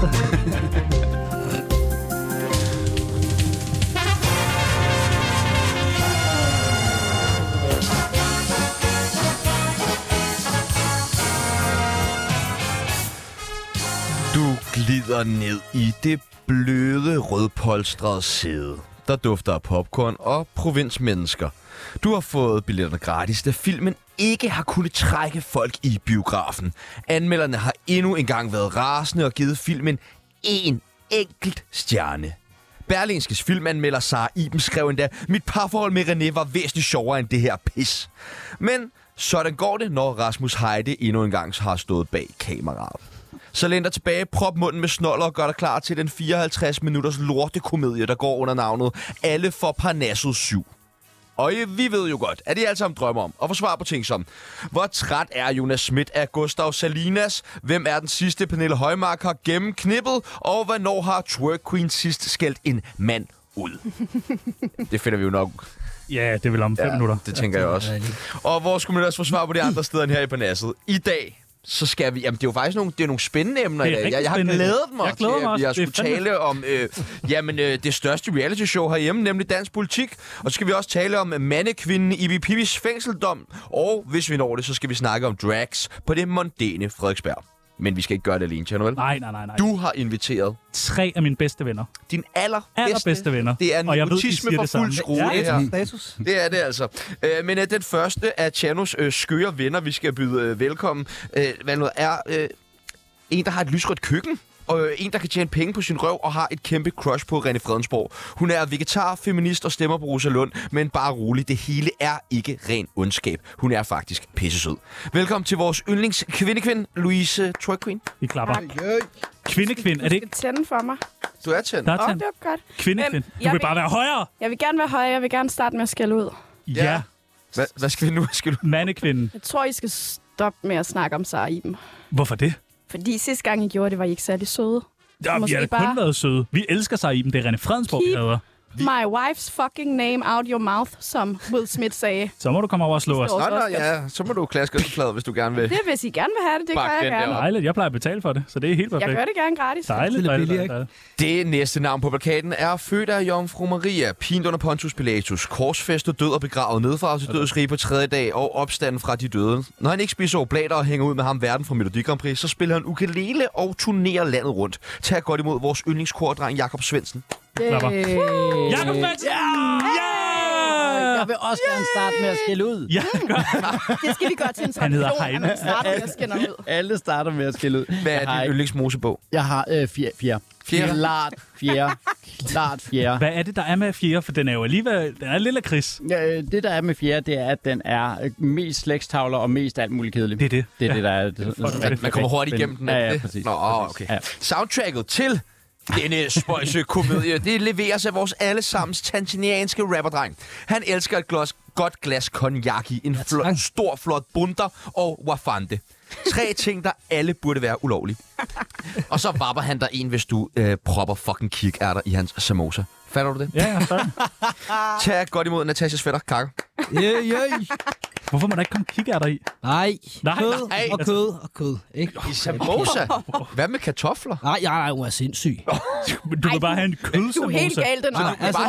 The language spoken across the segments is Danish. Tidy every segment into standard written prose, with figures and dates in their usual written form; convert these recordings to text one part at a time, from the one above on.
Du glider ned i det bløde, rødpolstrede sæde, der dufter af popcorn og provinsmennesker. Du har fået billetterne gratis, da filmen ikke har kunnet trække folk i biografen. Anmelderne har endnu engang været rasende og givet filmen en enkelt stjerne. Berlingskes filmanmelder Sara Iben skrev endda, mit parforhold med René var væsentligt sjovere end det her pis. Men sådan går det, når Rasmus Heide endnu engang har stået bag kameraet. Så læn dig tilbage, prop munden med snoller og gør dig klar til den 54 minutters lortekomedie, der går under navnet Alle for Parnasset 7. Og vi ved jo godt, at I alle sammen drømmer om at få svar på ting som: hvor træt er Jonas Schmidt af Gustav Salinas? Hvem er den sidste Pernille Højmark har gennemknippet? Og hvornår har Twerk Queen sidst skældt en mand ud? Det finder vi jo nok. Ja, det er vel om 5 minutter. Det tænker jeg også. Og hvor skulle man ellers få svar på de andre steder end her i Parnasset? I dag så skal vi... Jamen, det er jo faktisk nogle spændende emner i dag. Jeg har glædet mig til, at vi har skulle tale om det største reality show herhjemme, nemlig dansk politik. Og så skal vi også tale om mandekvinden Ibi Pipis fængseldom. Og hvis vi når det, så skal vi snakke om drags på det mondæne Frederiksberg. Men vi skal ikke gøre det alene, Tjerno, vel? Nej. Du har inviteret 3 af mine bedste venner. Din allerbedste venner. Det er nepotisme for fuld skrue, det her. Status. Det er det altså. Men den første af Tjernos skøre venner, vi skal byde velkommen, er en, der har et lysrødt køkken. Og en, der kan tjene penge på sin røv og har et kæmpe crush på René Fredensborg. Hun er vegetar, feminist og stemmer på Rosa Lund, men bare rolig, det hele er ikke ren ondskab. Hun er faktisk pissesød. Velkommen til vores yndlingskvindekvinde, Louise Twerk Queen. Vi klapper. Kvindekvinde, er det ikke? Du skal tænde for mig. Du er tændt. Der er tændt. Det er godt. Kvindekvinde. Du vil bare være højere. Jeg vil gerne være højere. Jeg vil gerne starte med at skælde ud. Ja. Hvad skal vi nu? Mandekvinden. Jeg tror, I skal stoppe med at snakke om Sara Iben. Hvorfor det? Fordi sidste gang, I gjorde det, var I ikke særlig søde. Ja, vi har kun været søde. Vi elsker Sara Iben. Det er René Fredensborg, vi hedder. My wife's fucking name out your mouth, som Will Smith sagde. Så må du komme over og slå os. Så må du klaske os på pladet, hvis du gerne vil. Det er, hvis I gerne vil have det. Det gør jeg gerne. Dejligt. Jeg plejer at betale for det, så det er helt perfekt. Jeg gør det gerne gratis. Dejligt. Det næste navn på plakaten er født af Jomfru Maria, pint under Pontius Pilatus, korsfæstet, død og begravet, nedfra til dødsrige på 3. dag og opstanden fra de døde. Når han ikke spiser oblater og hænger ud med ham verden fra Melodi Grand Prix, så spiller han ukulele og turnerer landet rundt. Tag godt imod vores yndlingskordreng Jakob Svendsen. Jakob Svendsen! Jeg vil også gerne starte med at skælde ud. Ja, det skal vi gøre til en Han hedder Heine. Alle starter med at skælde ud. Hvad er din yndlingsmosebog? Jeg har fjerde. Klart fjerde. Hvad er det, der er med fjerde? For den er jo alligevel... Den er lidt lakrids. Ja, det, der er med fjerde, det er, at den er mest slægstavler og mest alt muligt kedeligt. Det er det. Det er det, der er... Man kommer hurtigt igennem den. Ja, præcis. Nå, okay. Ja. Soundtracket til denne spøjse komedie, det leveres af vores allesammens tanzanianske rapperdreng. Han elsker et godt glas cognac i, en stor, flot bunter og wafande. 3 ting, der alle burde være ulovlige. Og så vapper han der en, hvis du propper fucking kikærter i hans samosa. Fatter du det? Ja, Tag godt imod Natasjas fætter, Kakke. Hvorfor må der ikke komme kikærter i? Nej. Kød og kød. Ikke? I samosa? Hvad med kartofler? Nej, hun er sindssyg. Du vil bare have en kødsamosa. Du er helt galt, den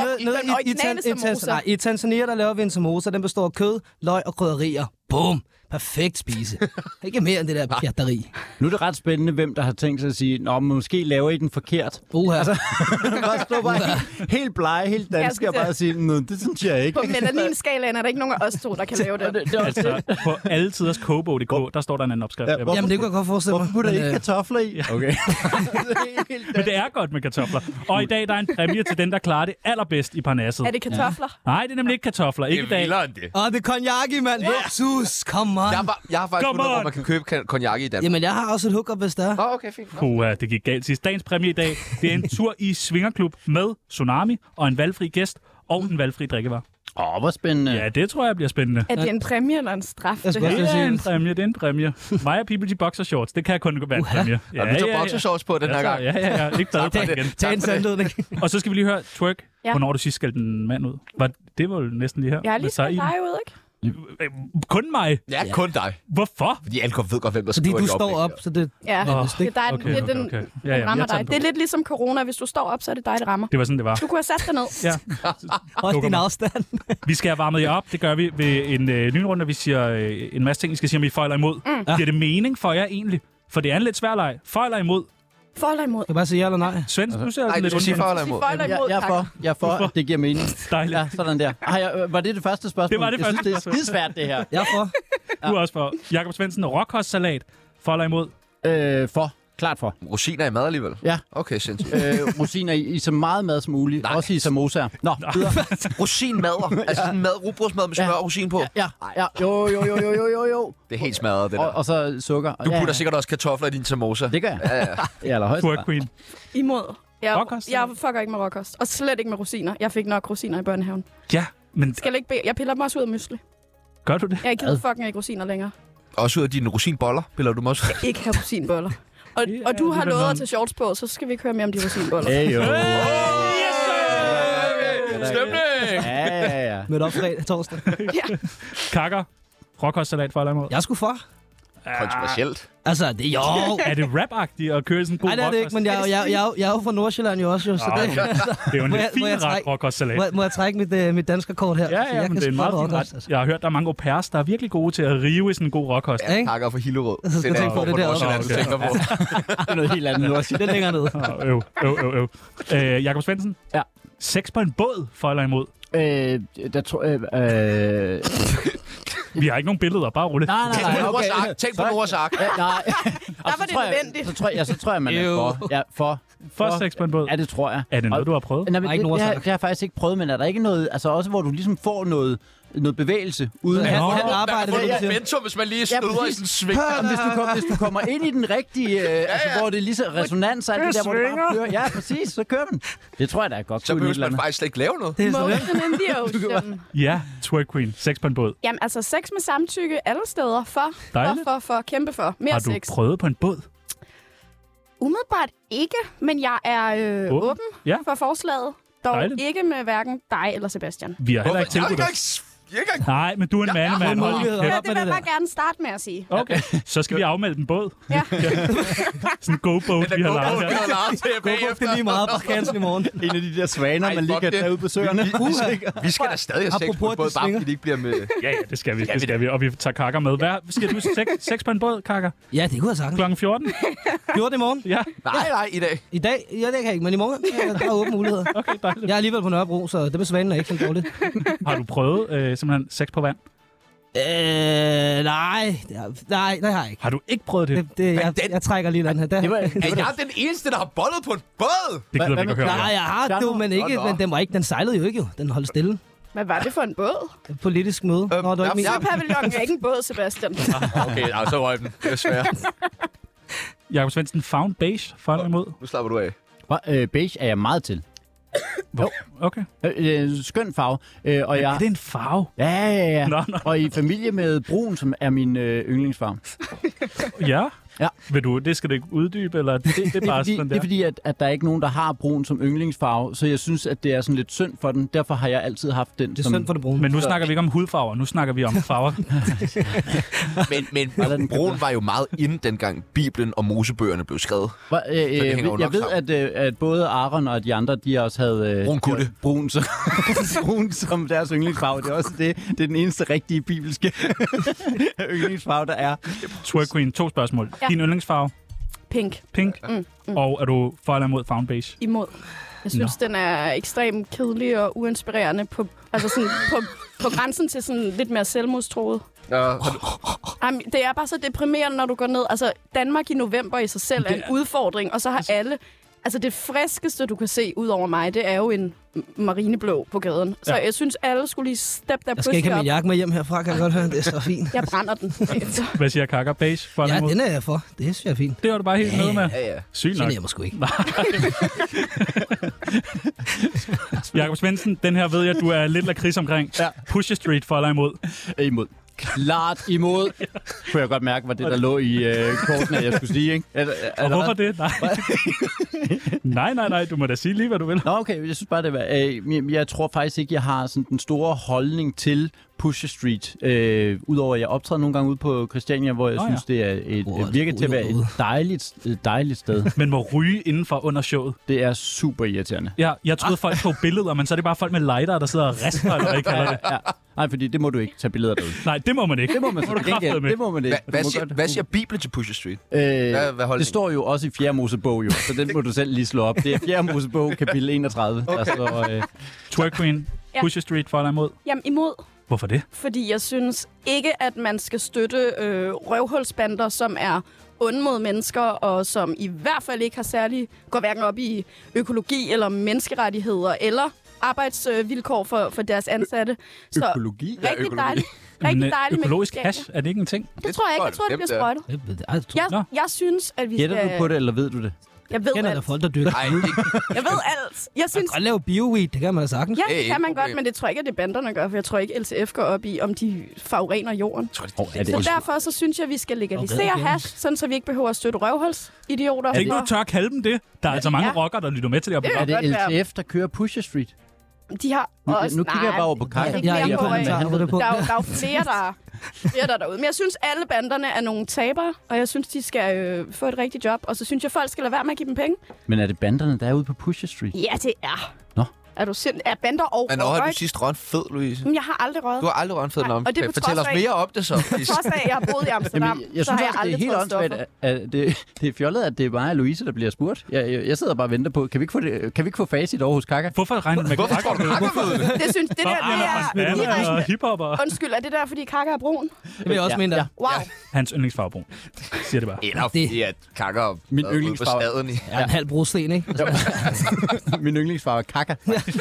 I Tanzania, der laver vi en samosa. Den består af kød, løg og krydderier. Bum. Perfekt spise. Ikke mere end det der pjatteri. Nu er det ret spændende, hvem der har tænkt sig at sige, nå, måske laver I den forkert. Altså, bare stå bare helt blege, helt danske og bare sige, nå, det synes jeg ikke. På melaninskalaen er der ikke nogen af os 2, der kan lave det. Altså, på alletiders.dk, der står der en anden opskrift. Jamen, det kunne jeg godt forestille mig. Hvorfor putter I ikke kartofler i? Okay. Men det er godt med kartofler. Og i dag, der er en præmie til den, der klarer det allerbedst i Parnasset. Er det kartofler? Nej, det er nemlig ikke kartofler. Ikke i dag. Det er det er cognac, mand. Jesus, come on. Jeg har faktisk fundet, hvor man kan købe cognac i Danmark. Jamen, jeg har også et hookup, hvis der er. Okay, fint. Det gik galt sidst. Dagens præmie i dag, det er en tur i Svingerklub med Tsunami og en valgfri gæst og en valgfri drikkevarer. Hvor spændende. Ja, det tror jeg bliver spændende. Er det en præmie eller en straf? Det er en præmie. Mig og People, de boxershorts. Det kan kun være en præmie. Ja, vi tager boxershorts på den her gang. Ja. Ikke taget på igen. Tag en sandhed. Og så skal vi lige høre, Twerk, hvornår du sidst skældte en mand ud. Det var jo næsten lige her. Jeg har lige skældt dig ud, ikke? Kun mig? Ja, kun dig. Hvorfor? Fordi alle ved godt, hvem der Fordi skriver du det står op, så det... Ja, det er dig, Okay, det er den, okay. den rammer dig. Det er lidt ligesom corona. Hvis du står op, så er det dig, der rammer. Det var sådan, det var. Du kunne have sat dig ned. Ja. Hold din afstand. Vi skal have varmet jer op. Det gør vi ved en ny runde. Vi siger en masse ting, I skal sige, om I for eller imod. Giver det mening for jer egentlig? For det er en lidt svær leg. For eller imod? For eller imod? Kan bare sige ja eller nej? Svend, du ser Nej, du lidt skal sige for eller Sig imod. for eller imod, Jeg er for, at det giver mening. Dejligt. Ja, sådan der. Var det første spørgsmål? Det var det jeg første synes, det er skidesvært, det her. Jeg er for. Du er også for. Jakob Svendsen, råkostsalat. For eller imod? For. Klart for. Rosiner i mad alligevel? Ja. Okay, sindssygt. Rosiner i så meget mad som muligt. Nej. Også i samosaer. Nå, videre. Rosinmadder? Altså sådan mad, rugbrødsmad med smør og rosin på? Ja. Jo. Det er helt smadret, det der. Og så sukker. Du putter sikkert også kartofler i din samosa. Det gør jeg. Ja. I allerhøjeste Twerk grad. Queen. Imod. Råkost? Jeg fucker ikke med råkost. Og slet ikke med rosiner. Jeg fik nok rosiner i børnehaven. Ja, men Skal ikke jeg piller dem også ud af mysli. gør du det? Jeg gider fucking ikke rosiner længere. Også ud af dine rosinboller, piller du dem også? Ikke have rosinboller. Og du har lovet at tage shorts på, så skal vi ikke høre mere om de rosinboller. Hey, jo. Stemning! Ja. Mød op fredag torsdag. Kakker. Råkostsalat for eller imod? Jeg skulle for. Kontroversielt. Altså, det er jo... Er det rap-agtigt at køre sådan en god Nej, det er det ikke, men jeg er jo fra Nordsjælland jo også, jo, så det... Det er jo en Må lidt jeg- må fin jeg ret trække- råkostsalat. Må jeg trække mit danskerkort her? Ja, Så jeg men kan det er en sgu meget godt fin råkost, ret. altså. Jeg har hørt, der er mange au pairs, der er virkelig gode til at rive i sådan en god råkost. Ja, ikke? Takker for Hillerød. Så skal Det jeg er tænke på den det form for der Nordsjælland, du også. tænker på. Det er noget helt andet nu også. Det er længere nede. Jakob Svendsen? Ja. Sex på en båd, for eller imod? Der tror Vi har ikke nogen billeder, bare rulle. Tænk på Noras ark. Nej. Der var det nødvendigt. Så tror jeg, man er for. Ja, For sex på en båd? Ja, det tror jeg. Er det noget, du har prøvet? Nej, men ikke det har Noras jeg faktisk ikke prøvet, men er der ikke noget, altså også hvor du ligesom får noget bevægelse uden Han Nå. arbejder Man det, kan du få siger. momentum, hvis man lige støder i sådan en sving. Hvis du kommer ind i den rigtige, altså hvor det er lige så resonans og alt det der, hvor du bare kører. Ja, præcis, så kører den. Det tror jeg da er godt. Så behøver man faktisk slet ikke lave noget. Det er så det. Motion in the ocean. Ja, twerk queen. Sex på en båd. Jamen, altså sex med samtykke alle steder. Dejligt. For, kæmpe for. Mere Har du sex. prøvet på en båd? Umiddelbart ikke, men jeg er åben Ja. for forslaget. Dog Dejligt. ikke med hverken dig eller Sebastian. Vi har heller ikke tilbudt dig. Nej, men du er en mandemand. har Hold muligheder. din Ja, kæft. det vil jeg bare gerne starte med at sige. Okay, så skal vi afmelde en båd. Ja. Sådan en go-boat, vi har lavet her. Det er lige meget på skansen i morgen. En af de der svaner, Ej, man lige fuck kan det. tage ud på søerne. Vi skal da stadig have sex på Apropos en båd, de bare svinger. fordi de ikke bliver med. Ja, det skal vi. Det skal vi. Og vi tager Kakker med. Hvad skal du sex på en båd, Kakker? Ja, det kunne jeg sagtens. Klokken 14? 14 i morgen. Ja, Nej, i dag. I dag? Ja, det kan jeg ikke, men i morgen der er åbne muligheder. okay, dejligt. Jeg er alligevel på Nørrebro, så det med svanen er ikke så dårligt. Har du prøvet simpelthen sex på vand? Nej, det har jeg ikke. Har du ikke prøvet det? Jeg trækker lige den her. Det var, Er jeg den eneste, der har bollet på en båd? Det gider vi ikke at høre. Nej, jeg har det, men ikke. Men den sejlede jo ikke, jo. Den holdt stille. Hvad var det for en båd? Et politisk møde. Nå, det var ikke min. Søpavillonen er ikke en båd, Sebastian. Okay, så røg den. Det er svært. Jakob Svendsen, found beige, for eller imod? Nu slapper du af. beige er jeg meget til. Okay. Skøn farve. Og Er jeg, det en farve? ja. Nå. Og i familie med brun, som er min yndlingsfarve. Ja? Ja. Vil du, det skal du ikke uddybe, eller det er bare sådan Det er fordi, at der er ikke nogen, der har brun som yndlingsfarve, så jeg synes, at det er sådan lidt synd for den. Derfor har jeg altid haft den Det er som... synd for det brune. Men nu snakker vi ikke om hudfarver, nu snakker vi om farver. Men brun var jo meget inden dengang Bibelen og Mosebøgerne blev skrevet. hænger jo Jeg nok ved, at både Aaron og de andre, de også havde... Brun kutte. Brun som deres yndlingsfarve. Det er også det. Det er den eneste rigtige bibelske yndlingsfarve, der er. Twerk Queen, 2 spørgsmål. Ja. Din yndlingsfarve? Pink. Pink. Og er du for eller imod found beige? Imod. Jeg synes, den er ekstremt kedelig og uinspirerende på grænsen til sådan lidt mere selvmodtroet. Jamen, det er bare så deprimerende, når du går ned. Altså, Danmark i november i sig selv er en udfordring, og så har alle... Altså, det friskeste, du kan se ud over mig, det er jo en marineblå på gaden. Så jeg synes, alle skulle lige steppe der Jeg skal ikke have min jakke med hjem herfra, kan jeg godt høre. Det er så fint. Jeg brænder den. Hvad siger Kakker? Beige? For eller Ja, imod? den er jeg for. Det synes jeg er fint. Det var du bare helt med med. Ja. Sygt nok. Generer mig sgu ikke. Jakob Svendsen, den her ved jeg, du er lidt lakrids omkring. Ja. Pusher Street for eller imod? Imod. Klart imod. Kunne jeg godt mærke, var det, der lå i korten, at jeg skulle sige, ikke? Og hvorfor det? Nej, du må da sige lige, hvad du vil. Nå, okay, jeg synes bare, det var... jeg tror faktisk ikke, jeg har sådan den store holdning til Pusher Street. Udover at jeg optræder nogle gange ude på Christiania, hvor jeg synes, det er virker til at være et dejligt sted. Men må ryge indenfor under showet. Det er super irriterende. Ja, jeg troede, folk tog billeder, men så er det bare folk med lighter, der sidder og rister, eller hvad I kalder det. Ja. Nej, fordi det må du ikke tage billeder derude. Nej, det må man ikke. Det må man det må man ikke. Hvad siger Bibelen til Pusher Street? Det står jo også i 4. Mosebog, jo, så den må du selv lige slå op. Det er 4. Mosebog, kapitel 31. Okay. Der står, Twerk Queen, Pusher Street for eller imod? Jamen imod. Hvorfor det? Fordi jeg synes ikke, at man skal støtte røvhulsbander, som er onde mod mennesker, og som i hvert fald ikke har særlig, går hverken op i økologi eller menneskerettigheder, eller arbejdsvilkår for deres ansatte. Så økologi? Rigtig dejligt. Rigtig dejligt økologisk hash, er det ikke en ting? Det tror jeg ikke. Jeg tror, det bliver sprøjtet. Jeg synes, at vi skal... Gætter du på det, eller ved du det? Jeg ved Kender der alt. folk, der dyrker? Jeg ved alt. Jeg synes... Man kan godt lave bioweed, det kan man da sagtens. Ja, det kan man godt, men det tror jeg ikke, at det banderne gør, for jeg tror ikke, LTF går op i, om de forurener jorden. Så derfor så synes jeg, at vi skal legalisere hash, sådan så vi ikke behøver at støtte røvhulsidioter. Tænk, du tør kalde dem det. Der er altså mange rockere, der lytter med til det her program. Er det LTF, der kører Pusher Street? De har også... Nu kigger jeg bare over på Kaka. Der er jo flere, der er derude. Men jeg synes, alle banderne er nogle tabere, og jeg synes, de skal få et rigtigt job. Og så synes jeg, folk skal lade være med at give dem penge. Men er det banderne, der er ude på Pusher Street? Ja, det er. Nå. Er bander og men har du sidst røget en fed, Louise? Men jeg har aldrig røget. Du har aldrig røget en fed, og det fortæl os mere om det så. På trods af, at jeg har boet i Amsterdam, Jamen, jeg så har synes jeg aldrig det er helt åndssvagt, det er fjollet, at det er bare Louise, der bliver spurgt. Jeg sidder bare og venter på, kan vi ikke få facit over hos Kaka? Hvorfor regner med Kaka? Det synes det der er hiphopper. Undskyld, er det der, fordi Kaka er brun? Det vil jeg også mene der. Wow. Hans yndlingsfarve brun. Siger det bare. Eller fordi at Kaka min yndlingsfarve er en halv brosten, ikke? Min yndlingsfarve er Kaka.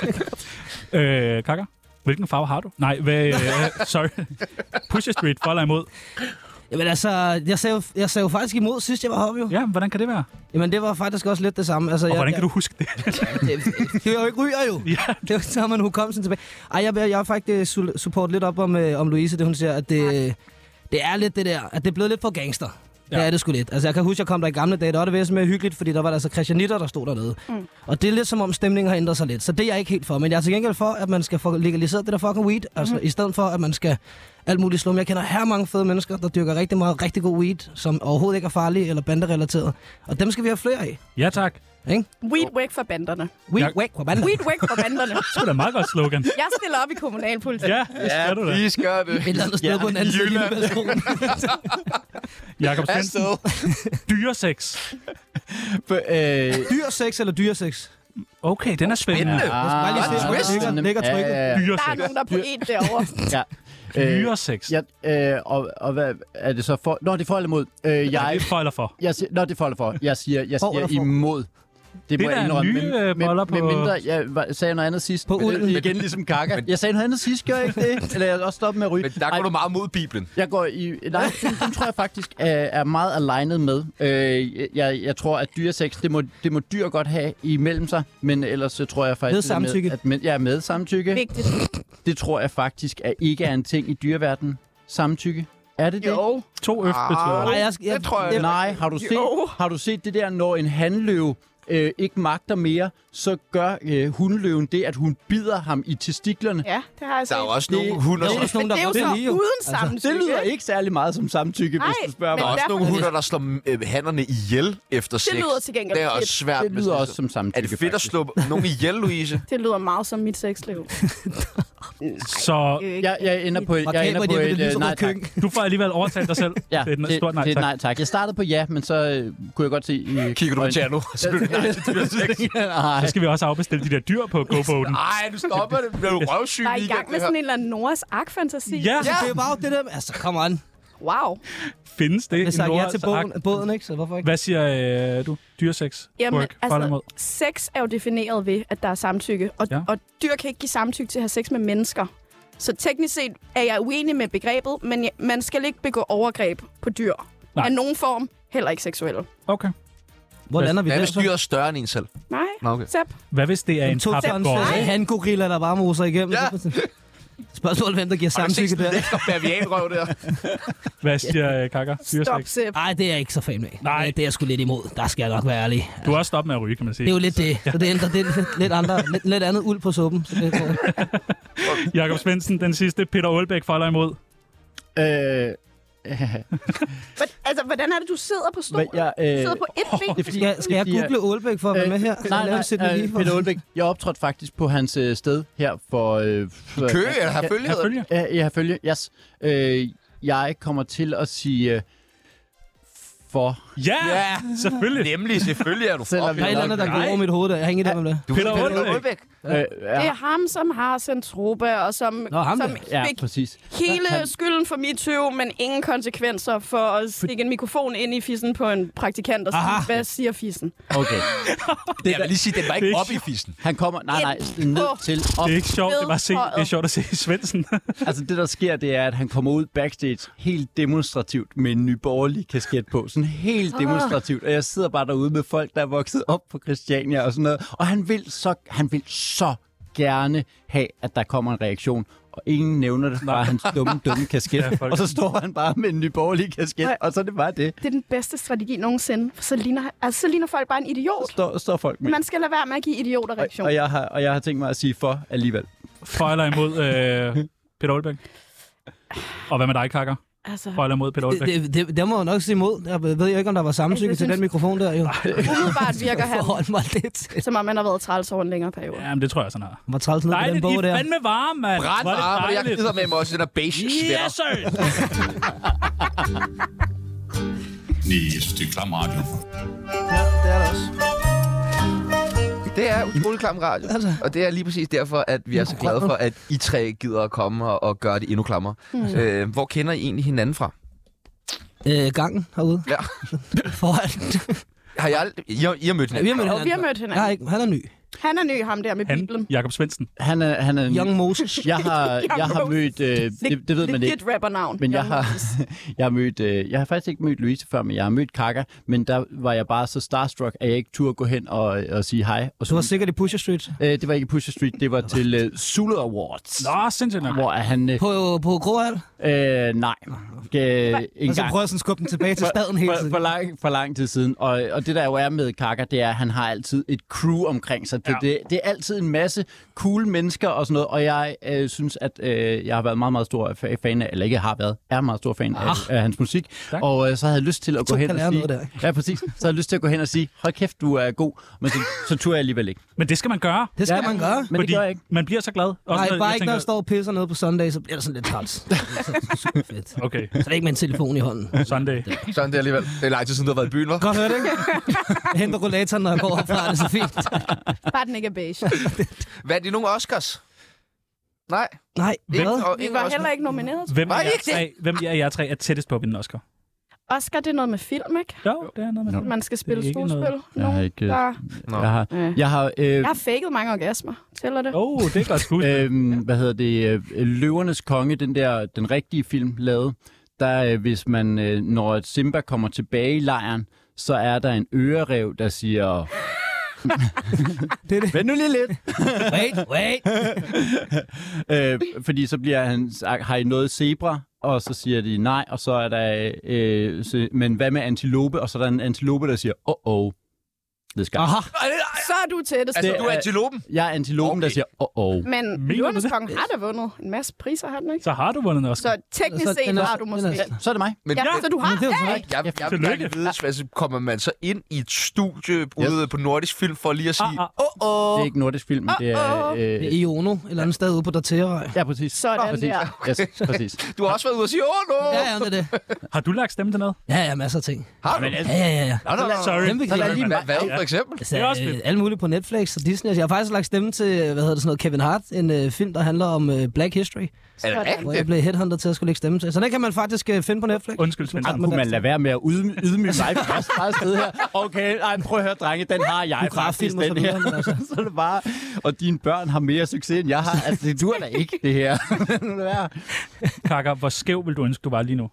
Kaka, hvilken farve har du? Nej, sorry. Pusher Street, for eller imod? Jamen altså, jeg sagde jo faktisk imod sidst, jeg var heroppe jo. Ja, hvordan kan det være? Jamen det var faktisk også lidt det samme. Altså, og hvordan kan du huske det? Det er jo ikke ryger jo. Ja. Det er jo så, man hukommelsen tilbage. Ej, jeg har faktisk support lidt op om Louise, det hun siger, at det er lidt det der, at det er blevet lidt for gangster. Ja. Det er det sgu lidt. Altså, jeg kan huske, jeg kom der i gamle dage, der var det væsentligt mere hyggeligt, fordi der var der altså christianitter, der stod dernede. Og det er lidt som om stemningen har ændret sig lidt. Så det er jeg ikke helt for. Men jeg er til gengæld for, at man skal få legaliseret det der fucking weed. Altså, i stedet for, at man skal alt muligt slum. Jeg kender her mange fede mennesker, der dyrker rigtig god weed, som overhovedet ikke er farlige eller banderelateret. Og dem skal vi have flere af. Ja, tak. Ikke? Weed væk fra banderne. Weed væk fra banderne. Weed væk fra banderne. Det er da meget godt slogan. Jeg stiller op i kommunalpolitik. Ja, det skal du da. Vi skal det. Et eller andet sted på en anden side. Jakob Stensen. Dyresex. Dyresex eller dyresex? Okay, den er spændende. Lækker trykket. Der er nogen, der er poet derovre. Ja. Dyresex. Og hvad er det så for? Nå, det er for eller imod. Det er for eller for. Det er for eller for. Jeg siger imod. Det må jeg indrømme. Med mindre, jeg sagde noget andet sidst. På ulden. Igen ligesom Kaka. Jeg sagde noget andet sidst, gør jeg ikke det? Eller jeg også stoppet med at ryge. Men der går du meget mod Bibelen. Jeg går i... Nej, den tror jeg faktisk er meget alignet med. Jeg tror, at dyresex, det må dyr godt have imellem sig. Men ellers så tror jeg faktisk... Med samtykke. Med samtykke. Vigtigt. Det tror jeg faktisk ikke er en ting i dyreverdenen. Samtykke. Er det det? Jo. 2 øf betyder... Det tror jeg. Nej, har du set det der, når en hanløve ikke magter mere, så gør hunløven det, at hun bider ham i testiklerne. Ja, det har jeg set. Der er jo også nogle hunder, det er jo så uden samtykke. Det lyder ikke særlig meget som samtykke, hvis du spørger mig. Der er også nogle hunder, der slår hannerne ihjel efter sex. Det lyder til gengæld det er også svært. Det lyder også som samtykke. Er det fedt at slå nogen ihjel, Louise? Det lyder meget som mit sexliv. Så jeg ender på et nej tak. Du får alligevel overtalt dig selv. Ja, det er et stort nej tak. Det er nej tak. Jeg startede på ja, men så kunne jeg godt se... Kigger du på Tjerno? Så skal vi også afbestille de der dyr på GoBo'en. Nej, du stopper det. Bliver du røvsyg igen? Der er i gang med sådan en eller anden Noahs Ark-fantasi. Ja, det er bare det der... Altså, come on. Wow. Findes det? Jeg sagde ja til båden, ikke? Så hvorfor ikke? Hvad siger du? Dyresex? Jamen, altså, sex er jo defineret ved, at der er samtykke. Og dyr kan ikke give samtykke til at have sex med mennesker. Så teknisk set er jeg uenig med begrebet, men man skal ikke begå overgreb på dyr. Nej. Af nogen form, heller ikke seksuelle. Okay. Hvor lander vi der? Hvad hvis dyret er større end en selv? Nej, okay. Sepp. Hvad hvis det er en papegøje? Han gorilla, der bare moser igennem. Ja. Spørgsmålet, hvem der giver samtykke der. Lækker bavianrøv der. Hvad siger Kaka? Stop, Sepp. Nej, det er jeg ikke så fan af. Nej. Det er jeg sgu lidt imod. Der skal jeg nok være ærlig. Du har også stoppet med at ryge, kan man sige. Det er jo lidt det. Så det ændrer lidt andet uld på suppen. Så det Jakob Svendsen, den sidste. Peter Aalbæk for eller imod? Altså, hvordan er det, du sidder på stolen? Sidder på et ben? skal jeg google Aalbæk for at være med her? Nej, Peter Aalbæk. Jeg optrådte faktisk på hans sted her for... Køge eller Herfølge? Ja, Herfølge, yes. Jeg kommer til at sige... for... Ja, selvfølgelig. Selvfølgelig er du for. Der er et eller andet, der går over mit hoved der. Jeg har ingen idé om det. Peter Aalbæk. Det er ham, som har Centropa, og som fik hele skylden for MeToo, men ingen konsekvenser for at stikke en mikrofon ind i fissen på en praktikant og sige, hvad siger fissen? Okay. Jeg vil lige sige, den var ikke op i fissen. Han kommer, nej, ned til op. Det er ikke sjovt, det er sjovt at se Svendsen. Altså det, der sker, det er, at han kommer ud backstage helt demonstrativt med en nyborgerlig kasket på. Sådan helt demonstrativt. Og jeg sidder bare derude med folk, der er vokset op på Christiania og sådan noget. Og han vil så gerne have, at der kommer en reaktion. Og ingen nævner det fra hans dumme kasket. Og så står han bare med en nyborgerlig kasket, og så er det bare det. Det er den bedste strategi nogensinde. For så ligner folk bare en idiot. Står folk med. Man skal lade være med at give idioter reaktion. Og jeg har tænkt mig at sige for alligevel. For eller imod Peter Aalbæk? Og hvad med dig, Kakker? Altså, for eller imod Peter Aalbæk? Det må jeg nok sige imod. Jeg ved jo ikke, om der var samtykke til den mikrofon der. Jo. Umiddelbart virker han, mig lidt. som om man har været træls over en længere periode. Jamen, det tror jeg sådan her. Var træls ned på den bog der. Nej, fandme varme, mand. Bræt varme, jeg gider med mig også den der beige sweater. Yes, sir! Nej, jeg synes, det er klam radio. Ja, det er det også. Det er utrolig klam radio, og det er lige præcis derfor, at vi er så glade for, at I tre gider at komme og gøre det endnu klammere. Hvor kender I egentlig hinanden fra? Gangen herude. Ja. Foran. Har I har mødt hinanden? Ja, vi har mødt hinanden. Han er ny. Han er ny, ham der med Bibelen. Jakob Svendsen. Han er Young Moses. Jeg har mødt det ved man ikke. Legit rapper-navn. Men jeg har faktisk ikke mødt Louise før, men jeg har mødt Kaka, men der var jeg bare så starstruck, at jeg ikke turde gå hen og sige hej. Og du var sikkert i Pusher Street? Det var ikke i Pusher Street, det var til Zulu Awards. Nå, sindssygt nok. Hvor han på Gråhal? Nej. Og så prøver jeg sådan at skubbe den tilbage til staden hele tiden. For lang tid siden. Og det der jo er med Kaka, det er, at han har altid et crew omkring sig. Det er altid en masse cool mennesker og sådan noget, og jeg synes, at jeg har været meget, meget stor fan af, eller ikke har været, er meget stor fan af hans musik, og så havde jeg lyst til at gå hen og sige... Ja, præcis. Så havde jeg lyst til at gå hen og sige, hold kæft, du er god, men så turde jeg alligevel ikke. Men det skal man gøre. Det skal man gøre. Men det gør jeg ikke. Man bliver så glad. Også nej, bare ikke, når jeg står og pisser nede på Sunday, så bliver det sådan lidt træls. Super fedt. Okay. Så det er ikke med en telefon i hånden. Sunday alligevel. Det er lang tid siden, du har været i byen, hva'? Godt høre det, ikke? Jeg henter rollatoren, når jeg går opfra, det er så fint. Bare den ikke er beige. Hvad er det nogle Oscars? Nej. Nej, vi var heller ikke nomineret. Hvem af jer tre er tættest på at vinde en Oscar? Oscar, det er noget med film, ikke? Jo, det er noget med film. Man skal spille skuespil. Jeg har faked mange orgasmer. Tæller det? Det er godt skuespil. Løvernes Konge, den rigtige film lavet, der hvis man, når Simba kommer tilbage i lejren, så er der en øreræv, der siger... det. Vent nu lige lidt. Wait. Fordi så bliver han, har I noget zebra? Og så siger de nej, og så er der, men hvad med antilope? Og så er der en antilope, der siger, det skal. Aha. Så er du tættest. Altså, du er antilopen? Jeg er antilopen, der siger, Men Løvernes Konge har da vundet en masse priser, har den ikke? Så har du vundet en Oscar. Så teknisk set har du måske. Så er det mig. Men, så du har. Jeg vil gerne vide, altså, kommer man så ind i et studie ude på Nordisk Film for lige at sige, Det er ikke Nordisk Film, men det er... Det er Iono, et eller andet sted ude på Daterøj. Ja, præcis. Sådan der. Yes, præcis. Du har også været ude og sige, Ja, det er det. Har du lagt stemme til noget? Ja, masser af ting. Har du? Ja. Sorry. Hvad for eksempel? Alt muligt på Netflix og Disney. Jeg har faktisk lagt stemme til, Kevin Hart, en film, der handler om Black History. Er det rigtigt? Hvor jeg blev headhunted til at skulle lægge stemme til. Så den kan man faktisk finde på Netflix. Undskyld, Svend. Kunne man lade være med at ydmyge mig for bare sted her? Okay, prøv at høre, drenge, den har jeg faktisk, den her. Så er det bare, og dine børn har mere succes, end jeg har. Altså, det duer da ikke, det her. Kakker, hvor skæv vil du ønske, du var lige nu?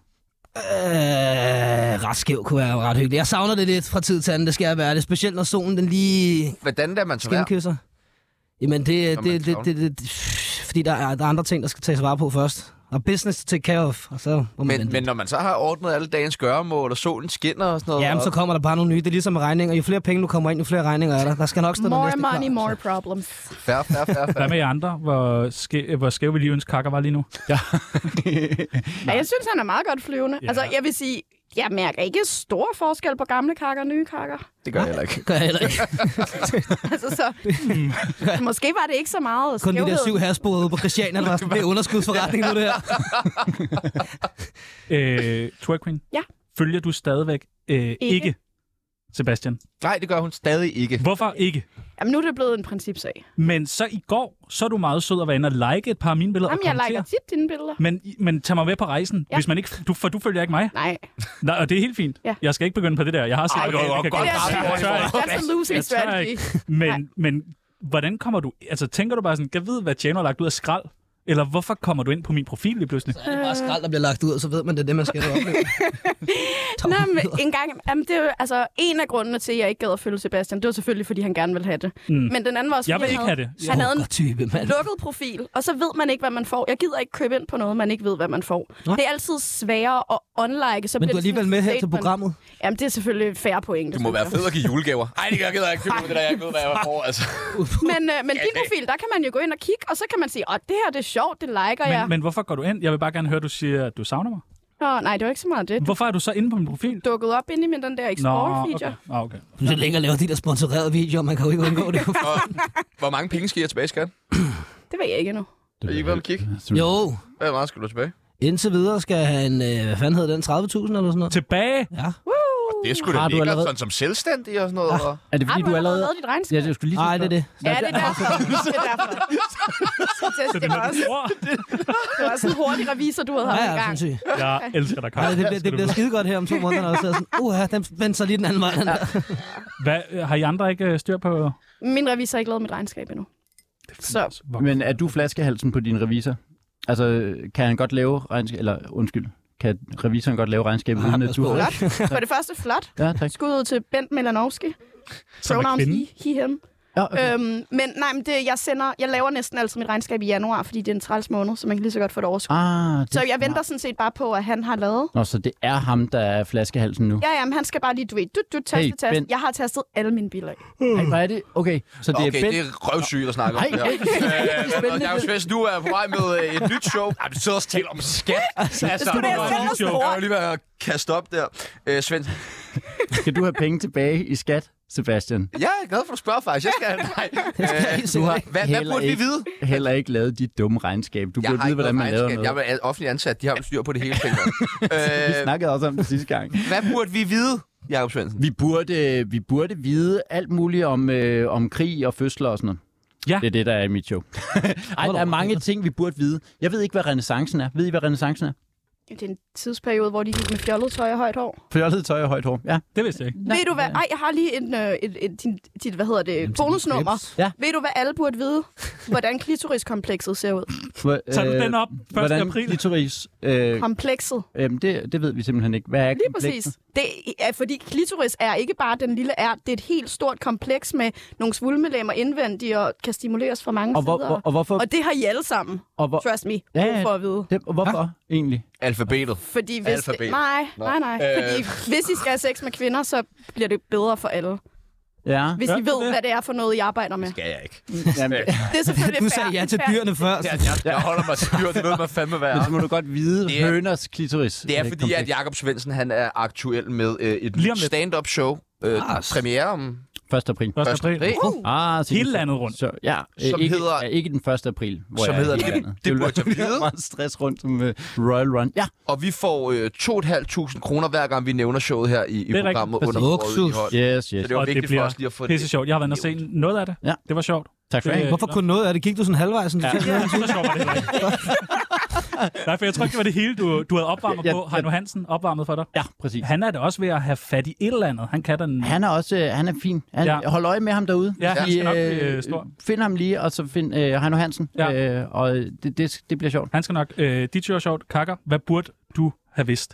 Ret skæv kunne være ret hyggeligt. Jeg savner det lidt fra tid til anden, det skal jeg være det. Specielt når solen den lige Hvordan er man så værd? Jamen det fordi der er andre ting, der skal tages vare på først. Og business to take care of, og så må man Men når man så har ordnet alle dagens gøremål, og solen skinner og sådan noget... Jamen, så kommer der bare nogle nye. Det er ligesom med regninger. Jo flere penge, du kommer ind, jo flere regninger er der. Der skal nok stå More næste money, klar. more problems. Fair. Hvad med jer andre? Hvor skæv vi lige ønske Kakker var lige nu? Ja. Ja, jeg synes, han er meget godt flyvende. Ja. Altså, jeg vil sige, jeg mærker ikke stor forskel på gamle Kakker og nye Kakker. Det gør jeg heller ikke. Gør jeg heller ikke. Altså, så... Måske var det ikke så meget Kun de skævhed. der 7 herspor ude på Christiania, der var sådan en underskudsforretning nu, det her. Twerk Queen? Ja. Følger du stadigvæk ikke Sebastian? Nej, det gør hun stadig ikke. Hvorfor ikke? Jamen, nu er det blevet en principsag. Men så i går, så er du meget sød at være inde og like et par af mine billeder Jamen, og jeg kommentere. liker tit dine billeder. Men tag mig med på rejsen, Ja. hvis man ikke... For du følger ikke mig. Nej. Nej, og det er helt fint. Ja. Jeg skal ikke begynde på det der. Jeg har set... Ej, godt. Det er that's a losing Jeg tør strategy. ikke. Men hvordan kommer du... Altså, tænker du bare sådan, kan vide, hvad Tjano har lagt ud af skrald? Eller hvorfor kommer du ind på min profil lige pludselig? Så er det bare skrald, der bliver lagt ud, og så ved man, det er det, man skal opleve. Nå, men en gang... Jamen, det er jo, altså, en af grundene til, at jeg ikke gad at følge Sebastian, det var selvfølgelig, fordi han gerne ville have det. Men den anden var også, Jeg vil fordi ikke have det. Han havde en type, mand. lukket profil, og så ved man ikke, hvad man får. Jeg gider ikke købe ind på noget, man ikke ved, hvad man får. Nå. Det er altid sværere at unlike. Så Men bliver du er det sådan alligevel et med her til statement. programmet. Jamen, det er selvfølgelig fair point. Det må være fedt at give julegaver. Ej, det gider jeg ikke købe det der, jeg ikke ved, hvad jeg får. Altså. Men din profil, der kan man jo gå ind og kigge, og så kan man sige, det her det er sjovt, det liker jeg. Men hvorfor går du ind? Jeg vil bare gerne høre, at du siger, at du savner mig. Nej, det var ikke så meget det. Hvorfor er du så inde på min profil? Dukket op inde i den der Explorer-feature. Okay. Du skal længere lave de der sponsorerede videoer, man kan jo ikke undgå det. Hvor mange penge skal jeg tilbage, skat? Det ved jeg ikke endnu. Har I ikke været med kigge? Jo, Hvad meget skal du tilbage? indtil videre skal han, hvad fanden hed den, 30.000 eller sådan noget? Tilbage? Ja. Det er sgu da Har du lækkert, allerede- sådan som selvstændig og sådan noget. og- Er det fordi, du allerede... lavet dit regnskab? Ja, jeg skulle lige Nej, det er det. Ja, det er derfor. Det er derfor. Det var også en hurtig revisor, du havde haft Ja, i gang. sindssygt. Jeg elsker dig, Nej, Karl. det bliver skide godt her om 2 måneder, og så er sådan, den vendte sig lige den anden vej. Den der. Har I andre ikke styr på... Min revisor har ikke lavet mit regnskab endnu. Så Men er du flaskehalsen på din revisor? Altså, kan han godt lave regnskab... Eller, undskyld. Kan revisoren godt lave regnskabet uden at du har... flot. For det første flot. Ja, tak. Skud ud til Bent Melanowski. Som er Pronouns kvinde. he, him. Ja, okay. Jeg laver næsten altid mit regnskab i januar, fordi det er en træls måned, så man kan lige så godt få det overskud. Så jeg venter sådan set bare på, at han har lavet. Nå, så det er ham, der er flaskehalsen nu? Ja, men han skal bare lige, taste. Bent. Jeg har tastet alle mine biler. Ej, hvad er det? Okay, så det er Okay, Bent. det er røvsygt at snakke om Nej, det her. Jakob Svendsen, du er på vej med et nyt show. Ej, du sidder også og taler om skat. Altså, Det skulle da jeg selv jeg var lige ved at kaste op der. Svendsen. Skal du have penge tilbage i skat, Sebastian? Jeg er glad for, at du spørger, faktisk. Jeg skal... Du har Hvad burde vi vide? heller ikke lavet dit dumme regnskab. Du burde vide, hvordan man laver noget. Jeg er offentlig ansat. De har styr på det hele. Vi snakkede også om det sidste gang. Hvad burde vi vide, Jakob Svendsen? Vi burde vide alt muligt om krig og fødsler og sådan noget. Ja. Det er det, der er i mit show. Ej, der er mange ting, vi burde vide. Jeg ved ikke, hvad renæssancen er. Ved I, hvad renæssancen er? Det er en tidsperiode, hvor de gik med fjollet tøj og højt hår. Fjollet tøj og højt hår. Ja. Det vidste jeg ikke. Ved du hvad? Ej, jeg har lige dit hvad hedder det, bonusnummer. Ja. Ved du, hvad alle burde vide? Hvordan klitoriskomplekset ser ud? Tager du den op 1. Hvordan april? klitoris... Komplekset. Det ved vi simpelthen ikke. Hvad er Lige komplekset? præcis. Det er, fordi klitoris er ikke bare den lille ært. Det er et helt stort kompleks med nogle svulmelemmer indvendigt og kan stimuleres fra mange sider. Og hvorfor? Og det har I alle sammen. Trust me. Ja. For at vide. Og hvorfor egentlig? Alfabetet. Fordi hvis Alfabet. nej. Fordi hvis I skal have sex med kvinder, så bliver det bedre for alle. Ja. Hvis I ved, hvad det er for noget, I arbejder med. Skal jeg ikke. Jamen, Det er selvfølgelig Du sagde ja til dyrene før. Jeg holder mig til dyr. Det ved man fandme, hvad men er. så må du godt vide Det er- høners klitoris. Det er fordi, at Jakob Svendsen han er aktuel med et Lige om lidt. stand-up show. Premiere om 1. april. 1. april. Så Hele landet rundt. Så, ja, Som ikke, hedder- ikke den 1. april, hvor Som jeg er hedder i hele det- landet. det vil burde jeg være vide. meget stress rundt som Royal Run. Ja, Og vi får 2.500 kroner hver gang, vi nævner showet her i er programmet rigtigt. under Luksus. Røde i hold. yes. Så det var Og det vigtigt for bliver os lige at få pisse det. sjovt. Jeg har været inde og se noget af det. Ja. Det var sjovt. Tak for det. Hvorfor kun noget af det? Gik du sådan halvvejs? Sådan, Ja, så sjovt var det heller ikke. Nej, for jeg tror ikke, det var det hele, du havde opvarmet på. Heino Hansen opvarmet for dig. Ja, præcis. Han er da også ved at have fat i et eller andet. Han kan den... Han er fin. Ja. Hold øje med ham derude. Ja, han skal nok blive stor. Find ham lige, og så find Heino Hansen. Ja. Og det bliver sjovt. Han skal nok... dit show er sjovt. Kakker, hvad burde du have vidst?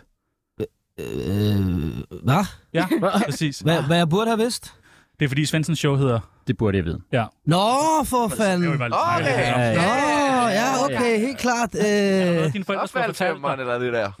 Hvad? Ja, præcis. Hvad jeg burde have vidst? Det er fordi Svendsens show hedder... Det burde jeg vide. Ja. Nå, for fanden. Det var bare lidt Okay. Ja, ja. ja, okay, helt klart. Dine forældre skulle have fortalt dig. eller det der.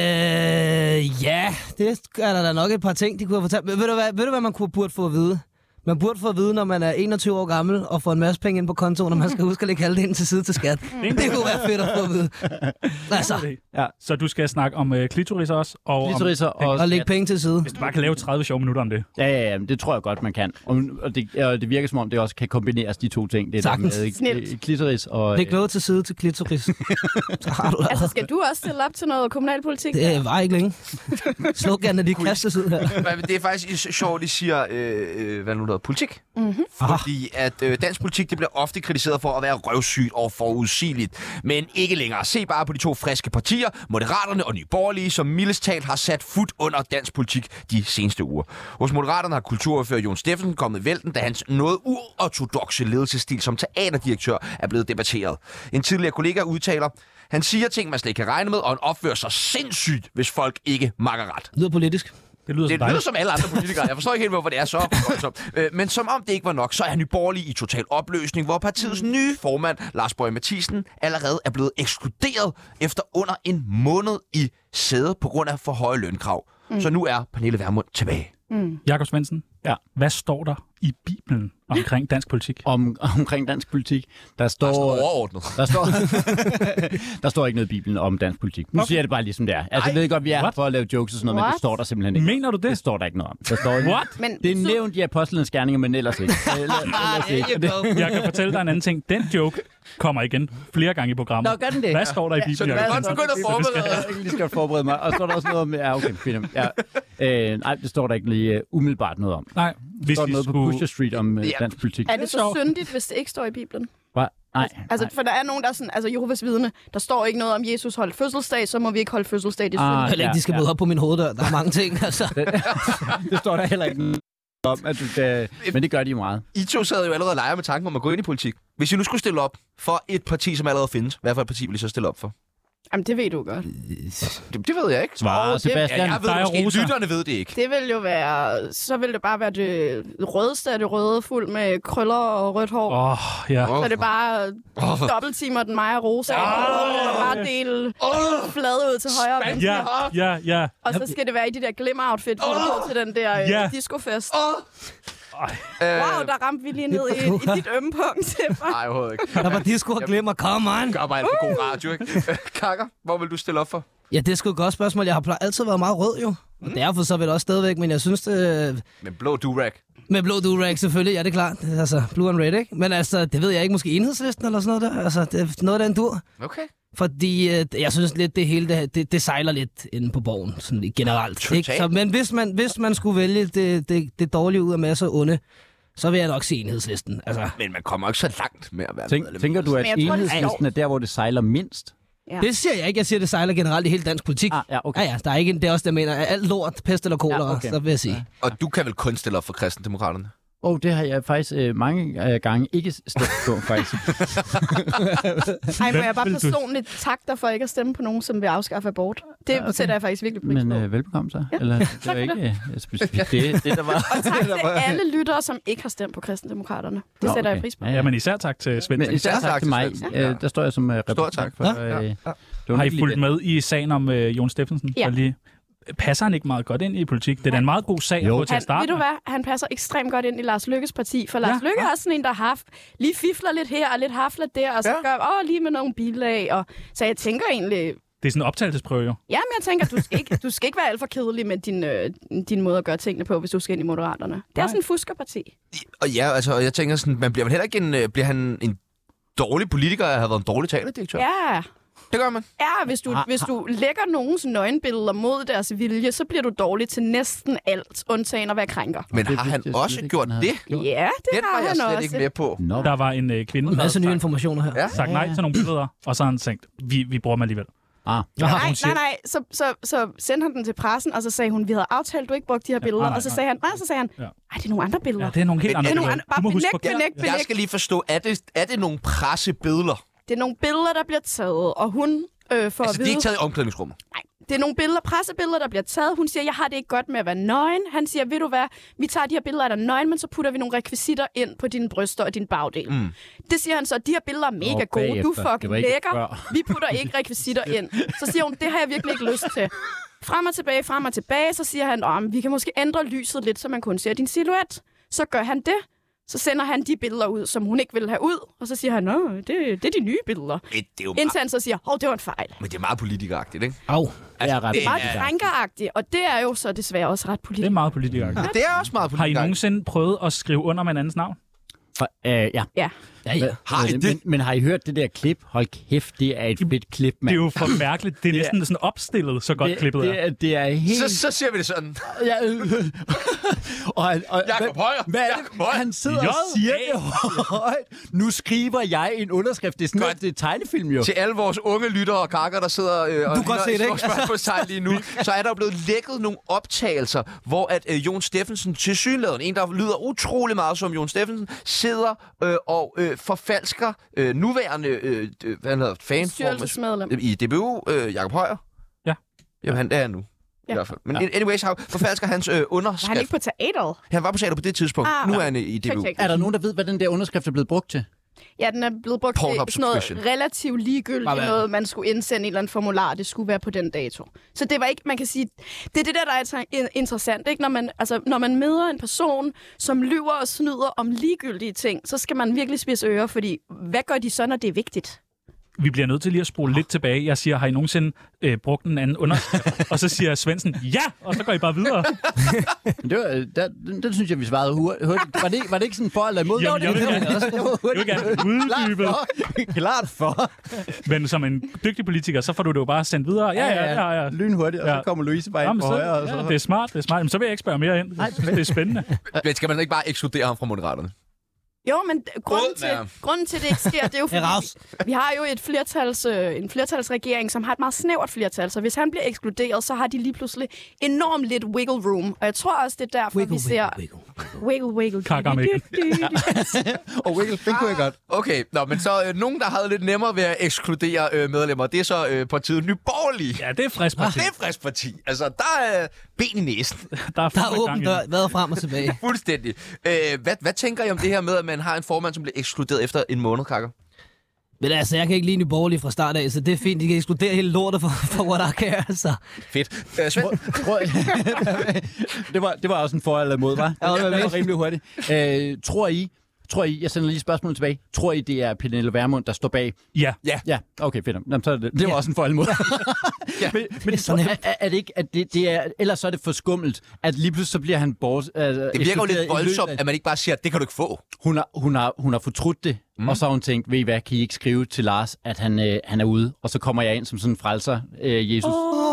Ja, det er der nok et par ting, de kunne have fortalt. Men ved du hvad man burde få at vide? Man burde få at vide, når man er 21 år gammel og får en masse penge ind på kontoen, og man skal huske at lægge halvdelen til side til skat. Det kunne være fedt at få at vide. Altså. Ja. Så du skal snakke om klitoris også? Og lægge penge til side. Hvis du bare kan lave 30 sjove minutter om det. Ja, det tror jeg godt, man kan. Og det virker som om, det også kan kombineres, de to ting. Det er med klitoris og... Læg noget til side til klitoris. Så har du altså, skal du også stille op til noget kommunalpolitik? Det var ikke længe. Sloganen, de kastes ud her. Det er faktisk sjovt, de siger, hvad nu der politik. Mm-hmm. Fordi at dansk politik, det bliver ofte kritiseret for at være røvsygt og forudsigeligt. Men ikke længere. Se bare på de to friske partier, Moderaterne og Nye Borgerlige, som mildest talt har sat fod under dansk politik de seneste uger. Hos Moderaterne har kulturordfører Jon Steffensen kommet i vælten, da hans noget uortodokse ledelsesstil som teaterdirektør er blevet debatteret. En tidligere kollega udtaler, han siger ting, man slet ikke kan regne med, og han opfører sig sindssygt, hvis folk ikke makker ret. Det lyder politisk. Det lyder som alle andre politikere. Jeg forstår ikke helt, hvorfor det er så voldsomt. Men som om det ikke var nok, så er Nye Borgerlige i total opløsning, hvor partiets nye formand, Lars Boje Mathiesen, allerede er blevet ekskluderet efter under en måned i sædet på grund af for høje lønkrav. Så nu er Pernille Vermund tilbage. Jakob Svendsen, hvad står der i Bibelen omkring dansk politik? Omkring dansk politik, der står overordnet. Der står ikke noget i Bibelen om dansk politik. Nu siger jeg det bare ligesom det er. Altså, jeg ved godt, vi er her for at lave jokes og sådan noget, men det står der simpelthen ikke. Mener du det? Det står der ikke noget om. Der står det er nævnt i apostlenes gerninger, men ellers ikke. Jeg kan fortælle dig en anden ting. Den joke kommer igen flere gange i programmet. Nå, gør den det? Hvad står der i Bibelen? Så du kan godt begynde at forberede dig. Jeg lige skal forberede mig. Og så står der også noget om... Ja, okay, fint. Ja. Nej, det står der ikke lige umiddelbart noget om. Nej, hvis der står noget på Pusher Street om dansk politik. Er det så syndigt, hvis det ikke står i Bibelen? Hvad? Nej. Altså, for der er nogen, der er sådan... Altså, Jehovas vidne, der står ikke noget om Jesus holdt fødselsdag, så må vi ikke holde fødselsdag. Det er heller ikke, de skal møde op på min hoveddør. Der er mange ting, altså. Det står der heller ikke om, at du skal... Men det gør de jo meget. I to sad jo allerede og leger med tanken om at gå ind i politik. Hvis I nu skulle stille op for et parti, som allerede findes, hvad for et parti vil I så stille op for? Jamen, det ved du godt. Det ved jeg ikke. Svarer Sebastian. Jeg ved måske, lytterne ved det ikke. Det vil jo være... Så vil det bare være det rødeste af det røde, fuld med krøller og rødt hår. Så er det bare dobbelttimer den Maja Rosa. Bare dele flade ud til højre og venstre. Ja. Og så skal det være i de der glimmer-outfit, på til den der discofest. Wow, der ramte vi lige ned i dit ømme punkt. Nej, overhovedet ikke. Der var disco og glimmer, come on. Gør bare alt for god radio, ikke? Kakker, hvor vil du stille op for? Ja, det er sgu et godt spørgsmål. Jeg har altid været meget rød, jo. Og derfor så vil det også stadigvæk, men jeg synes det... Med blå durag. Med blå durag, selvfølgelig. Ja, det er klart. Altså, blue and red, ikke? Men altså, det ved jeg ikke. Måske Enhedslisten eller sådan noget der. Altså, det er noget af den dur. Okay. Fordi jeg synes lidt, det hele det sejler lidt inde på borgen, sådan generelt. Ikke? Så, men hvis man skulle vælge det dårlige ud af masser af onde, så vil jeg nok se Enhedslisten. Altså. Men man kommer ikke så langt med at være Tænker du, at Enhedslisten er der, hvor det sejler mindst? Ja. Det siger jeg ikke. Jeg siger, det sejler generelt i hele dansk politik. Okay. Der er ikke, det er også, der mener, alt lort, pest eller kolera, så vil jeg sige. Ja. Og du kan vel kun stille op for Kristendemokraterne? Det har jeg faktisk mange gange ikke stemt på, faktisk. Ej, må jeg bare personligt takke dig for ikke at stemme på nogen, som vil afskaffe abort. Det sætter jeg faktisk virkelig pris på. Men velbekomme så. Ja. Eller, det var ikke specifikt det, der var. Og tak til alle lyttere, som ikke har stemt på Kristendemokraterne. Det sætter jeg pris på. Ja, men især tak til Svend. Især tak til mig. Der står jeg som repræsentant for. Har I fulgt med i sagen om Jon Steffensen? Ja. Passer han ikke meget godt ind i politik? Det er da en meget god sag at få til at starte. Ved du hvad? Han passer ekstremt godt ind i Lars Løkkes parti, for Lars Løkke er sådan en, der lige fifler lidt her og lidt hafler der, og så gør lige med nogle bilag. Og så jeg tænker egentlig... Det er sådan en optagelsesprøve, jo. Ja, men jeg tænker, du skal ikke være alt for kedelig med din måde at gøre tingene på, hvis du skal ind i Moderaterne. Det er sådan en fuskerparti. Og ja, altså, jeg tænker sådan, man bliver heller ikke bliver han en dårlig politiker at have været en dårlig teaterdirektør? Ja. Det gør man. Ja, hvis du lægger nogens nøgenbilleder mod deres vilje, så bliver du dårlig til næsten alt, undtagen at være krænker. Men har han også gjort det? Ja, det har han også. Den var jeg slet ikke med på. Der var en kvinde, der havde nye informationer her. Ja. Sagt nej til nogle billeder, og så har han tænkt, vi bruger dem alligevel. Nej. Så sendte han den til pressen, og så sagde hun, vi havde aftalt, du ikke brugte de her billeder. Og så sagde han, det er nogle andre billeder. Ja, det er nogle helt andre billeder. Bare jeg skal lige forstå, er det nogle pressebilleder? Det er nogle billeder, der bliver taget, og hun får at vide... det er ikke taget i omklædningsrummet? Nej, det er nogle pressebilleder, der bliver taget. Hun siger, jeg har det ikke godt med at være nøgen. Han siger, ved du hvad, vi tager de her billeder af dig nøgen, men så putter vi nogle rekvisitter ind på dine bryster og din bagdel. Det siger han så, de her billeder er mega gode. Du er fucking lækker. Vi putter ikke rekvisitter ind. Så siger hun, det har jeg virkelig ikke lyst til. Frem og tilbage, så siger han, vi kan måske ændre lyset lidt, så man kun ser din silhuet. Så gør han det. Så sender han de billeder ud, som hun ikke vil have ud. Og så siger han, det er de nye billeder. Indtil han så siger, det var en fejl. Men det er meget politikeragtigt, ikke? Au. Det er meget krænkeragtigt, og det er jo så desværre også ret politisk. Det er meget politikeragtigt. Det er også meget politikeragtigt. Har I nogensinde prøvet at skrive under med en andens navn? Ja. Har I det? Men har I hørt det der klip? Hold kæft, det er et fedt klip, mand. Det er jo for mærkeligt. Det er næsten sådan opstillet, så godt klippet er. Det er helt... Så siger vi det sådan. Ja, og Jakob Højer. Hvad er det? Han sidder og siger det højt. Nu skriver jeg en underskrift. Det er sådan det er tegnefilm, jo. Til alle vores unge lyttere og kakker, der sidder og du kan se det, ikke? spørgsmålstegn lige nu, så er der jo blevet lækket nogle optagelser, hvor at Jon Steffensen, tilsyneladende, en der lyder utrolig meget som Jon Steffensen, sidder og forfalsker nuværende styrelsesmedlem i DBU, Jakob Højer. Ja. Jamen, han er nu. I hvert fald. Men anyways, forfalsker hans underskrift. Var han ikke på teateret? Han var på teateret på det tidspunkt. Nu er han i DBU. Er der nogen, der ved, hvad den der underskrift er blevet brugt til? Ja, den er blevet brugt til sådan noget relativt ligegyldigt, noget man skulle indsende en eller anden formular, det skulle være på den dato. Så det var ikke, man kan sige, det er det der er interessant, ikke? Når man møder en person, som lyver og snyder om ligegyldige ting, så skal man virkelig spidse ører, fordi hvad gør de så, når det er vigtigt? Vi bliver nødt til lige at spole lidt tilbage. Jeg siger, har I nogensinde brugt en anden underskrift? Og så siger Svendsen, ja! Og så går I bare videre. Den synes jeg, vi svarede hurtigt. Var det ikke sådan for eller imod? Jamen, jeg vil gerne uddybe. Klart for. Men som en dygtig politiker, så får du det jo bare sendt videre. Ja. Lynhurtigt, og så kommer Louise bare ind på højre. Og så. Ja, det er smart. Men så vil jeg ikke spørge mere ind. Det er spændende. Men skal man ikke bare ekskludere ham fra Moderaterne? Jo, men grunden til, det ikke sker, det er jo fordi, vi har jo en flertalsregering, som har et meget snævert flertal, så hvis han bliver ekskluderet, så har de lige pludselig enormt lidt wiggle room. Og jeg tror også, det er derfor, vi ser... Wiggle. Kakamækken. Og wiggle, det kunne jeg godt. Okay, men så nogen, der havde lidt nemmere ved at ekskludere medlemmer, det er så partiet Nye Borgerlige. Ja, det er frisk parti. Det er frisk parti. Altså, der er ben i næsen. Der er åbent dør, hvad frem og tilbage. Fuldstændig. Hvad tænker I om det her med, at man har en formand, som bliver ekskluderet efter en måned, Kakker? Men altså, jeg kan ikke lide Nye Borgerlige fra start af, så det er fint. De kan ekskludere hele lortet for what I care, altså. Fedt. Svend? Det var også en for eller imod, hva'? Ja, det var rimelig hurtigt. Tror I, jeg sender lige spørgsmålet tilbage. Tror I, det er Pernille Vermund, der står bag? Ja. Okay, fedt. Jamen, så det var også en for eller imod. Men er det ikke, at det er, ellers så er det for skummelt, at lige pludselig så bliver han bort. Det virker jo lidt voldsomt, at man ikke bare siger, at det kan du ikke få. Hun har fortrudt det, og så har hun tænkt, ved I hvad, kan I ikke skrive til Lars, at han er ude, og så kommer jeg ind som sådan en frelser, Jesus.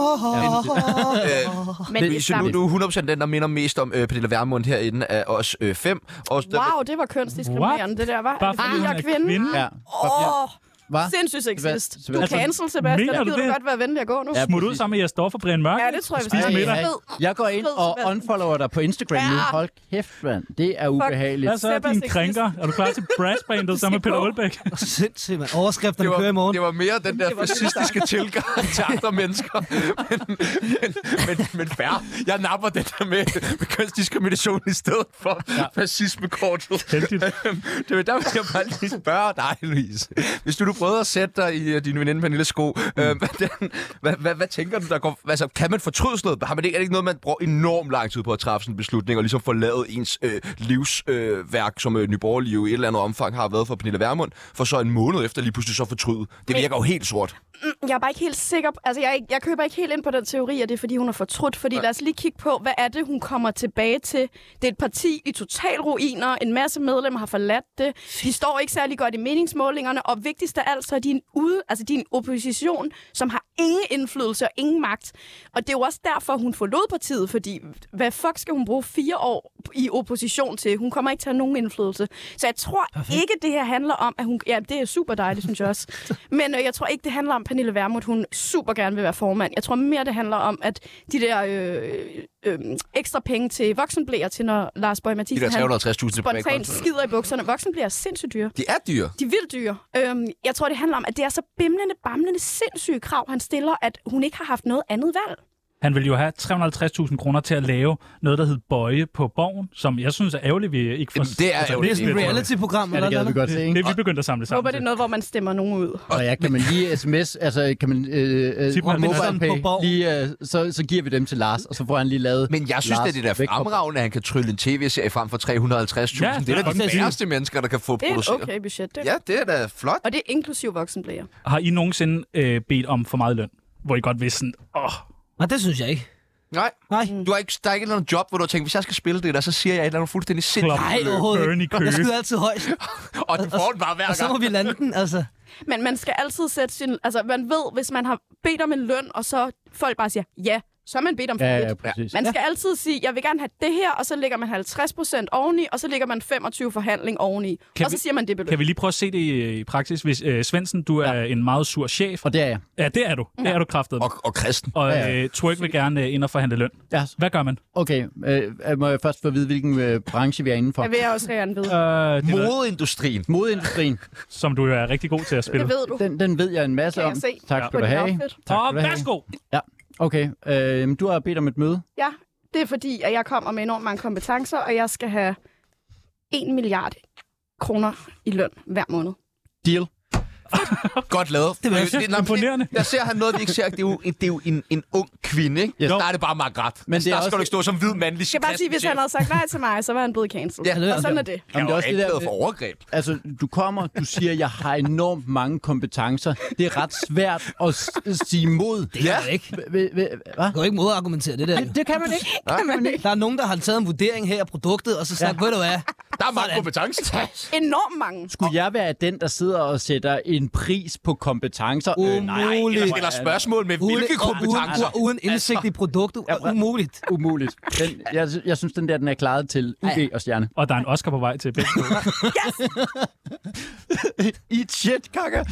Men du er 100% den, der minder mest om Pernille Vermund herinde af os 5. Wow, det var kønsdiskriminerende, det der, var. Bare fordi jeg er kvinde. Ja. Sindssygt sexist. Du er cancel, Sebastian. Det gider du godt være venlig at gå nu. Smut ud sammen med jeres stoffer, Brian Mørk. Ja, det tror jeg, jeg går ind og unfollower dig på Instagram nu. Hold kæft, mand. Det er ubehageligt. Hvad så er din krænker? Er du klar til brassbandet sammen med Peter Aalbæk? Sindssygt, man. Overskrifterne kører i morgen. Det var mere den der fascistiske tilgang til andre mennesker. Men fair. Jeg napper den der med kønsdiskrimination i stedet for fascismekortet. Heldigt. Det var der, jeg bare lige spørge dig, Louise. Hvis du prøvede at sætte dig i din veninde Pernilles sko, hvad tænker du, der går... Altså, kan man fortryde sådan noget? Er det ikke noget, man bruger enormt lang tid på at træffe sådan en beslutning, og ligesom forlade ens livsværk, som Nye Borgerlige i et eller andet omfang har været for Pernille Vermund, for så en måned efter lige pludselig så fortryde? Det virker jo helt sort. Jeg er bare ikke helt sikker. Altså, jeg køber ikke helt ind på den teori, at det er, fordi hun er fortrudt. Fordi lad os lige kigge på, hvad er det, hun kommer tilbage til. Det er et parti i total ruiner. En masse medlemmer har forladt det. De står ikke særlig godt i meningsmålingerne. Og vigtigst af alt, så er de en opposition, som har ingen indflydelse og ingen magt. Og det er jo også derfor, hun forlod partiet. Fordi hvad fuck skal hun bruge 4 år i opposition til? Hun kommer ikke til at have nogen indflydelse. Så jeg tror ikke, det her handler om, at hun... Ja, det er super dejligt, synes jeg også. Men jeg tror ikke, det handler om Pernille Vermund, hun super gerne vil være formand. Jeg tror mere, det handler om, at de der ekstra penge til voksenblæer til, når Lars Boje Mathiesen De der 360.000 spontant skider i bukserne. Voksenblæer er sindssygt dyre. De er dyre. De er vildt dyre. Jeg tror, det handler om, at det er så bamlende sindssyge krav, han stiller, at hun ikke har haft noget andet valg. Han vil jo have 350.000 kroner til at lave noget, der hedder Bøje på Borgen, som jeg synes er ærgerligt, vi ikke får... Det er Det er sådan et reality-program, Ja, det gad vi godt se, ikke? Det er vi begyndt at samle Jeg sammen håber, det er noget, hvor man stemmer nogen ud. Og ja, kan man lige sms, altså kan man MobilePay, lige, så giver vi dem til Lars, og så får han lige lavet... Men jeg synes, Lars det er det der fremragende, at han kan trylle en tv-serie frem for 350.000. Ja, Det er da de færreste mennesker, der kan få Det er et produceret. okay budget, det. Ja, det er da flot. Og det er inklusiv voksenblæer. Har I nogensinde bedt om for meget løn? Hvor I godt vidste sådan, Nej, det synes jeg ikke. Nej. Nej. Der er ikke noget job, hvor du har tænkt, hvis jeg skal spille det der, så siger jeg et eller andet fuldstændig sindssygt. Nej, overhovedet Bernie ikke. Køge. Jeg skyder altid højst, Og du får den bare hver og så må gang. vi lande den, altså. Men man skal altid sætte sin... Altså, man ved, hvis man har bedt om en løn, og så folk bare siger, ja, så er man bedt om for Ja, lidt. præcis. Man skal altid sige, jeg vil gerne have det her, og så lægger man 50% oveni, og så lægger man 25 forhandling oveni. Og så siger man det beløb. kan vi lige prøve at se det i praksis? Hvis Svendsen, du er en meget sur chef. Og det er jeg. Ja, det er du. Det er du kraftet. Og Kristen. Og Ja. Twerk vil gerne ind og forhandle løn. Ja. Hvad gør man? Okay, må jeg først få at vide, hvilken branche vi er inden for? Jeg vil også gerne vide. Det er noget, Modeindustrien. Modeindustrien. som du er rigtig god til at spille. Det ved du. Den ved jeg en masse Kan om. jeg se. Tak Ja. skal På du dit have. outfit. Tak Og skal du have. værsgo! Okay, du har bedt om et møde. Ja, det er fordi, at jeg kommer med enormt mange kompetencer, og jeg skal have 1 milliard kroner i løn hver måned. Deal. Godt lavet. Det var imponerende. Der ser han noget, vi ikke ser. Det er jo en ung kvinde, ikke? Yes. Der er det bare Margret. Men det er der skal også- du ikke stå som hvid mandlig. Jeg skal bare sige, hvis han havde sagt nej til mig, så var han blevet cancelled. Ja. Og sådan er det. Han det er er også det anklaget der- for overgreb. Altså, du kommer, du siger, jeg har enormt mange kompetencer. Det er ret svært at sige imod. Det kan jeg ikke. Hvad? Jeg kan jo ikke modargumentere det der. Det kan man ikke. Der er nogen, der har taget en vurdering her af produktet, og så sagt, ved du hvad? Der er mange kompetencer. Enormt mange. Skulle jeg være den, der sidder og sætter en pris på kompetencer? Umuligt. Eller stiller spørgsmål med, hvilke kompetencer. Uden indsigt i produktet. Umuligt. Umuligt. Jeg synes, den er klaret til UG og stjerne. Og der er en Oscar på vej til begge to. Eat shit, kakker.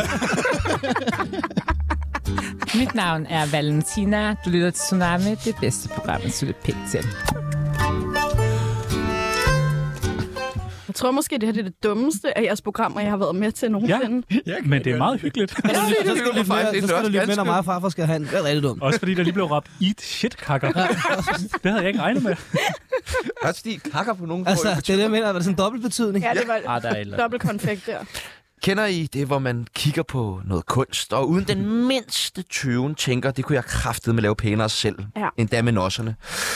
Mit navn er Valentina. Du lytter til Tsunami, det bedste program, at slutte pænt til. Jeg tror måske, det her er det dummeste af jeres programmer, jeg har været med til nogensinde. Men det er meget hyggeligt. Så skal du lidt mere, når mig og farfar skal have en. Det er rigtig dumt. Også fordi der lige blev råbt, eat shit, kakker. Det havde jeg ikke regnet med. Også fordi kakker på nogen. Altså, det er det, jeg mener. Var det sådan en dobbeltbetydning? Ja, det var Der er et eller andet. dobbelt konfekt der. Kender I det, hvor man kigger på noget kunst, og uden den mindste tøven tænker, det kunne jeg kraftedeme lave pænere selv, Ja. endda med nosserne?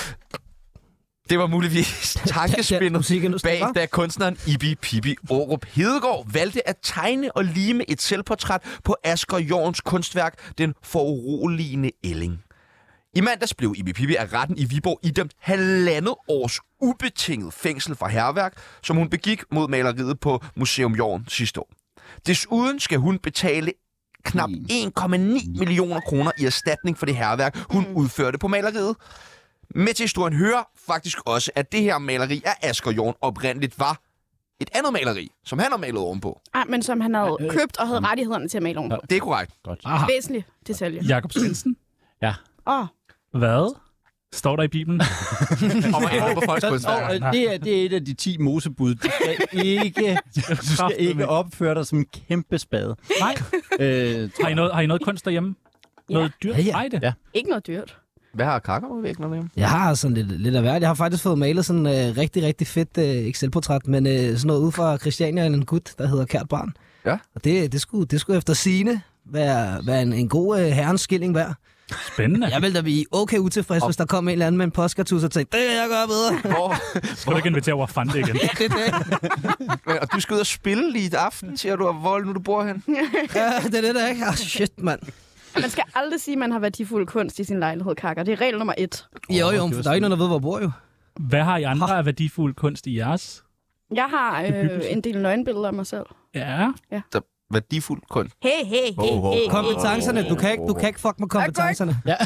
Det var muligvis tankespindet bag, da kunstneren Ibi Pippi Aarup Hedegaard valgte at tegne og lime et selvportræt på Asger Jorns kunstværk, Den foruroligende ælling. I mandags blev Ibi Pippi af retten i Viborg idømt 1,5 års ubetinget fængsel for hærværk, som hun begik mod maleriet på Museum Jorn sidste år. Desuden skal hun betale knap 1,9 millioner kroner i erstatning for det hærværk, hun udførte på maleriet. Med til historien hører faktisk også, at det her maleri af Asger Jorn oprindeligt var et andet maleri, som han har malet ovenpå. Men som han havde købt og havde rettighederne til at male ovenpå. Det er korrekt. Væsentlig detalje. Jakob Svendsen. Ja. Hvad står der i Bibelen? Og man kan på folks kunstværker. Og det er et af de 10 mosebud. Du skal ikke opføre dig som en kæmpe spade. Nej. Har I noget kunst derhjemme? Ja. Noget dyrt? Ja. Ej, det. Ja. Ikke noget dyrt. Hvad har kakker på væggen derhjemme? Jeg har sådan lidt af hvert. Jeg har faktisk fået malet sådan rigtig, rigtig fedt Excel-portræt, men sådan noget ud fra Christiania, en gut, der hedder Kært Barn. Ja. Og det skulle efter sigende være en god herrens skilling værd. Spændende. Jeg ville da blive okay utilfreds, hvis der kom en eller anden med en postkartus og tænkte, det kan jeg gøre bedre. Skal du ikke invitere over Fante igen? det er det. Og du skal ud og spille lige i aften, siger du, og hvor nu du bor hen? Ja, det er det der, ikke? Shit, mand. Man skal aldrig sige, at man har værdifuld kunst i sin lejlighed, kakker. Det er regel nummer 1. Jo, for der er ikke nogen, der ved, hvor jeg bor jo. Hvad har I andre af værdifuld kunst i jeres? Jeg har en del nøgenbilleder af mig selv. Ja. Værdifuld kunst. Hey. Kompetencerne, du kan ikke fuck med kompetencerne. Ja.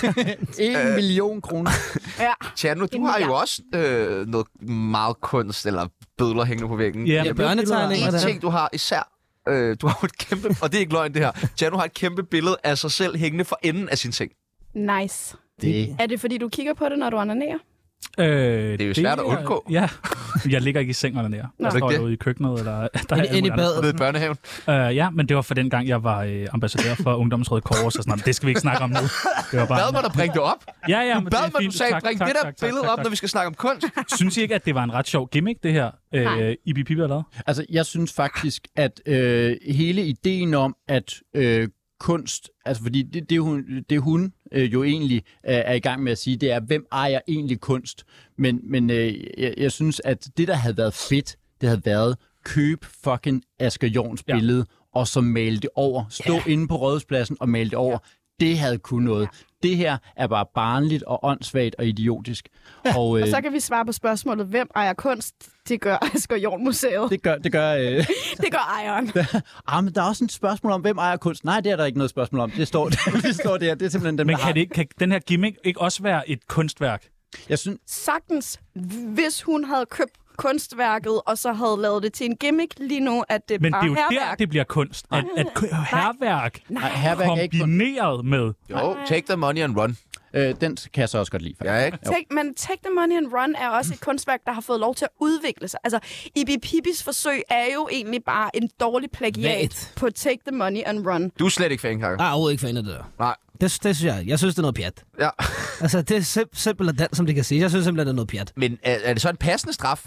1 million kroner. Ja. Tjerno, du har jo også noget meget kunst, eller bødler hængende på væggen. Ja, Ja, børnetegninger. En ting, du har især Du har jo et kæmpe... Og det er ikke løgn, det her. Tjerno har et kæmpe billede af sig selv hængende for enden af sin seng. Nice. Det. Er det, fordi du kigger på det, når du onanerer? Det er jo svært at undgå. Ja, jeg ligger ikke i sengen dernede. Jeg står ude i køkkenet. Eller, Ind i badet. Nede i børnehaven. Ja, men det var for den gang, jeg var ambassadør for Ungdommens Røde Kors. Og sådan, det skal vi ikke snakke om nu. Det var bare, Bad mig, der bringe det op? Ja, Du men bad det er mig, fint. du sagde, bring det der billede op, når vi skal snakke om kunst. Synes I ikke, at det var en ret sjov gimmick, det her, Ibi Pibi har lavet? Altså, jeg synes faktisk, at hele ideen om, at kunst, altså fordi det hun jo egentlig er i gang med at sige, det er, hvem ejer egentlig kunst? Men jeg synes, at det, der havde været fedt, det havde været køb fucking Asger Jorns billede, og så male det over. Stå inde på Rådhuspladsen og male det over. Det havde kun noget. Det her er bare barnligt og åndssvagt og idiotisk. Ja. Og så kan vi svare på spørgsmålet, hvem ejer kunst? Det gør Asger Jorn Museet. Det gør det gør ejeren. Men der er også et spørgsmål om, hvem ejer kunst. Nej, det er der ikke noget spørgsmål om. Det står der. Det er simpelthen den, men kan den her gimmick ikke også være et kunstværk? Jeg synes... Sagtens, hvis hun havde købt kunstværket, og så havde lavet det til en gimmick lige nu, at det men bare det er jo herværk. der, det bliver kunst. At herværk kombineret med... Jo, take the money and run. Den kan jeg så også godt lide. Ja, ikke? Men Take the Money and Run er også et kunstværk, der har fået lov til at udvikle sig. Altså, Ibi Pibis forsøg er jo egentlig bare en dårlig plagiat på Take the Money and Run. Du er slet ikke fan, Kaka. Nej, overhovedet ikke fan af det der. Nej. Det synes jeg. Jeg synes, det er noget pjat. Ja. Altså, det er simpelthen den, som det kan sige. Jeg synes simpelthen, det er noget pjat. Men er det så en passende straf?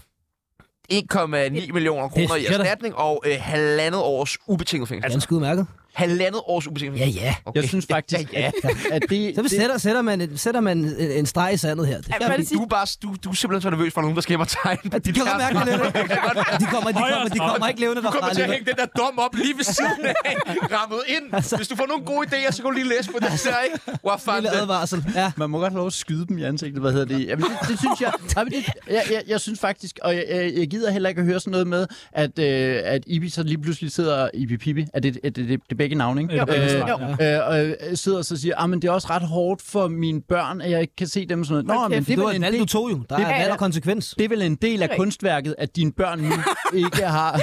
1,9 millioner kroner i erstatning og 1,5 års ubetinget fængsel. Ganske udmærket. 1,5 års ubetinget fængsel? Ja. Okay. Jeg synes faktisk, at det... Så sætter man en streg i sandet her. Du er simpelthen så nervøs for nogen, der skal hjem og tegne. De kommer mærkeligt lidt. De kommer ikke levende derfra. Du kommer til at hænge den der dom op lige ved siden af. Rammet ind. Hvis du får nogle gode idéer, så kan du lige læse på det der, ikke? Hvor fanden lille advarsel. Ja. Man må godt have lov at skyde dem i ansigtet. Hvad hedder det? Jamen, det synes jeg... Jeg synes faktisk, og jeg gider heller ikke at høre sådan noget med, at Ibi så lige pludselig sidder Ibi Pibi. Er det begge navne, ikke? Og sidder og så siger, men det er også ret hårdt for mine børn, at jeg ikke kan se dem sådan noget. Men det var en valg, du tog jo. Der er valg og konsekvens. Det er vel en del af kunstværket, at dine børn nu ikke har...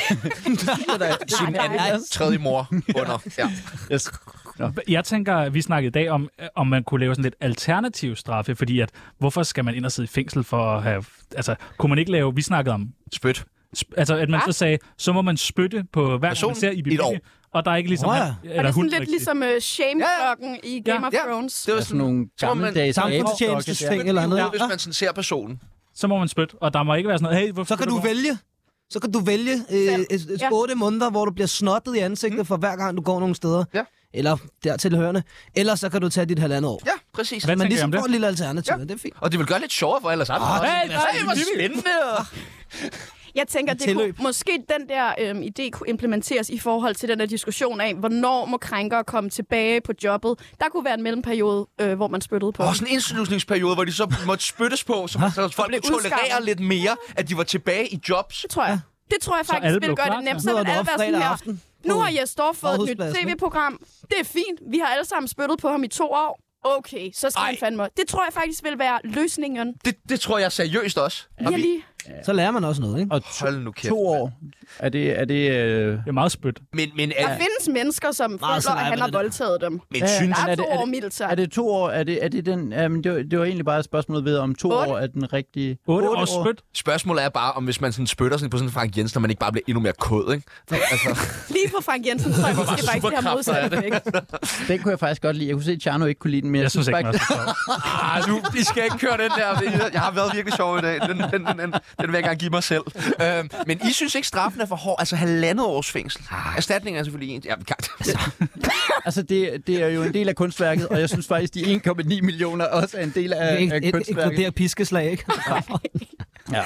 sin anden tredje mor under. Ja. Yes. Jeg tænker, vi snakkede i dag om man kunne lave sådan lidt alternativ straffe, fordi at hvorfor skal man ind og sidde i fængsel for at have... Altså, kunne man ikke lave... Vi snakkede om... Spyt. Altså, at man så sagde, så må man spytte på hver gang man ser i biblioteket. Og der er ikke ligesom... Er det sådan lidt ligesom shame-klokken i Game of Thrones? Det var sådan nogle gammeldags samfundstjenestesting eller noget. Hvis man sådan ser personen. Så må man spytte, og der må ikke være sådan noget... Hey, så kan du vælge 8 måneder, hvor du bliver snottet i ansigtet for hver gang, du går nogle steder. Ja. Eller dertil hørende. Eller så kan du tage dit 1,5 år. Ja, præcis. Men ligesom får et lille alternativ. Ja. Det er fint. Og det vil gøre lidt sjovere for alle sammen. Hvor spændende! Jeg tænker, det kunne, måske den der idé kunne implementeres i forhold til den der diskussion af, hvornår må krænkere komme tilbage på jobbet. Der kunne være en mellemperiode, hvor man spyttede på. Sådan en indslusningsperiode, hvor de så måtte spyttes på, så folk kunne tolerere lidt mere, at de var tilbage i jobs. Det tror jeg. Det tror jeg faktisk vil gøre det nemt. Så vil alle være sådan her. Nu har Jes Dorf fået et nyt tv-program. Det er fint. Vi har alle sammen spyttet på ham i 2 år. Okay, så skal han fandme. Det tror jeg faktisk vil være løsningen. Det tror jeg seriøst også. Så lærer man også noget, ikke? Og hold nu kæft. 2 år. Er det det er meget spyt. Men der findes mennesker, som føler, at han har voldtaget dem. Men synes der er 2 år mildt sagt. Er det 2 år? Er det den... det var egentlig bare et spørgsmål ved, om 2 år er den rigtige... 8 år spyt. Spørgsmålet er bare, om hvis man sådan spytter sådan på sådan en Frank Jensen, når man ikke bare bliver endnu mere kod, ikke? Altså. Lige på Frank Jensen, tror jeg måske faktisk, det har modsat effekt. Den kunne jeg faktisk godt lide. Jeg kunne se, at Tjerno ikke kunne lide den, men jeg synes ikke, I skal ikke køre den der. Jeg har været virkelig sjov i dag. Den vil jeg gerne give mig selv. Men I synes ikke, straffen er for hård? Altså 1,5 års fængsel. Erstatningen er selvfølgelig en. Altså, det er jo en del af kunstværket, og jeg synes faktisk, de 1,9 millioner også er en del af kunstværket. Det er piskeslag, ikke? Ja.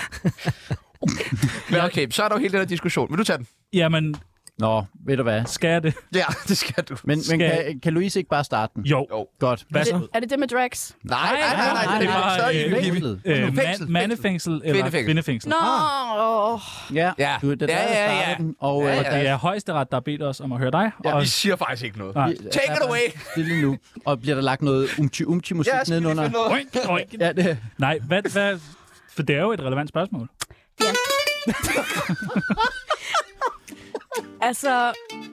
Men okay, så er der jo hele den her diskussion. Vil du tage den? Jamen... Nå, ved du hvad? Skal jeg det? Ja, det skal du. Men kan Louise ikke bare starte den? Jo. Godt. Er det med drags? Nej. Det var mandefængsel eller kvindefængsel. Nå. Ja. Og det er højesteret, der har bedt os om at høre dig. Ja, vi siger faktisk ikke noget. Take it away! Stille nu. Og bliver der lagt noget umchi-musik nedenunder? Ja, det. Nej, hvad? For det er jo et relevant spørgsmål. Ja. Altså,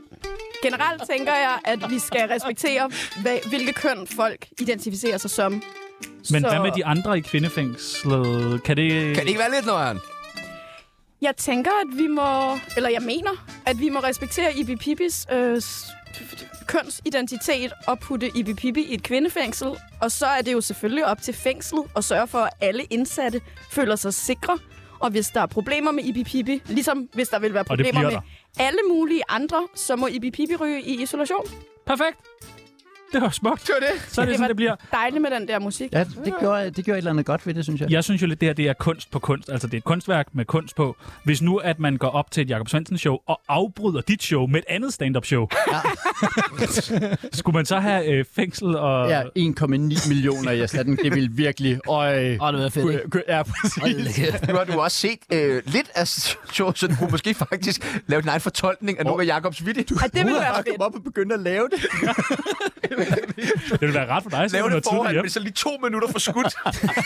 generelt tænker jeg, at vi skal respektere, hvilke køn folk identificerer sig som. Men hvad med de andre i kvindefængslet? Kan det ikke være lidt noget? Jeg tænker, at jeg mener, at vi må respektere Ibi Pipis kønsidentitet og putte Ibi Pipi i et kvindefængsel. Og så er det jo selvfølgelig op til fængslet at sørge for, at alle indsatte føler sig sikre. Og hvis der er problemer med Ibi Pipi, ligesom hvis der vil være problemer med alle mulige andre, så må Ibi Pipi ryge i isolation. Perfekt. Det var smukt. Det var det. Så er det sådan, det bliver. Dejligt med den der musik. Ja, det gjorde et eller andet godt ved det, synes jeg. Jeg synes jo lidt, det er kunst på kunst. Altså, det er et kunstværk med kunst på. Hvis nu, at man går op til et Jakob Svendsen-show og afbryder dit show med et andet stand-up-show, skulle man så have fængsel og... Ja, 1,9 millioner i erstatning. Det vil virkelig... det var fedt, ja, præcis. Nu har du også set lidt af show, så du kunne måske faktisk lave din egen fortolkning af nogle af Jakobs vittige. Det ville være fedt. Op og begynde at lave det. Det ville være ret for dig, så lave det forhånd, men så lige 2 minutter for skudt.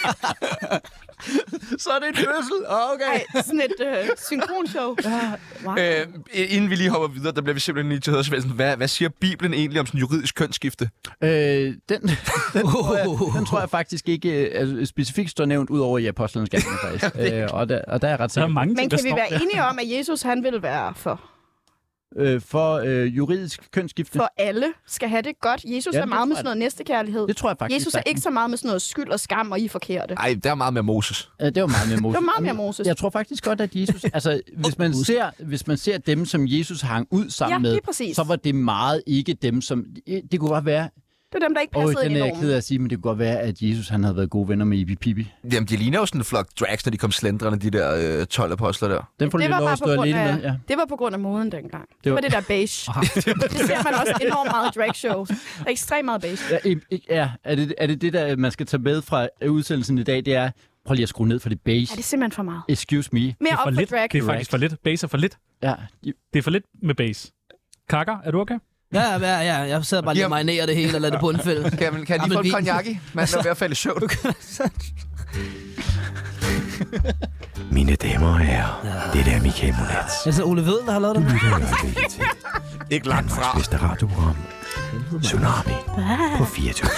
Så er det en fødsel. Okay. Ej, sådan et synkronshow. Wow. Inden vi lige hopper videre, der bliver vi simpelthen lige til Svendsen. Hvad siger Bibelen egentlig om sådan juridisk kønsskifte? Den tror jeg faktisk ikke specifikt står nævnt ud over i Apostlenes Gerninger, faktisk. Og der er jeg ret sikker. Men kan vi være enige om, at Jesus han vil være for juridisk kønsskifte? For alle skal have det godt. Jesus er meget med sådan noget næstekærlighed. Det tror jeg faktisk. Jesus er ikke så meget med sådan noget skyld og skam, og I er forkerte. Nej, det er meget mere Moses. Det var meget mere Moses. Det var meget mere Moses. Jeg tror faktisk godt, at Jesus... Altså, hvis man ser dem, som Jesus hang ud sammen med, så var det meget ikke dem, som... Det kunne godt være... Det er dem, der ikke passede ind i normen. Den er jeg ked af at sige, men det kunne godt være, at Jesus han havde været gode venner med Ibi Pipi. Jamen, de ligner jo sådan en flok drags, når de kom slendrende, de der 12 apostler der. Den får du lige lov at stå alene med. Ja. Det var på grund af moden dengang. Det var det der beige. Det ser man også enormt meget i dragshows. Der er ekstremt meget beige. Ja, er det der, man skal tage med fra udsendelsen i dag, det er... Prøv lige at skrue ned for det beige. Ja, det er simpelthen for meget. Excuse me. Mere op for drag. Det er faktisk for lidt. Beige er for lidt. Ja. Det er for lidt med beige. Kakker, er du okay? Ja, jeg sidder bare lige og marinerer det hele og lader det på en fælde. Kan jeg lige få en cognac i? Man er ved at falde i søvn. Mine damer og herrer, det er Michael Monats. Er det Ole Vedel, der har lavet det? Ikke langt fra. Danmarks bedste radioprogram. Tsunami på 24.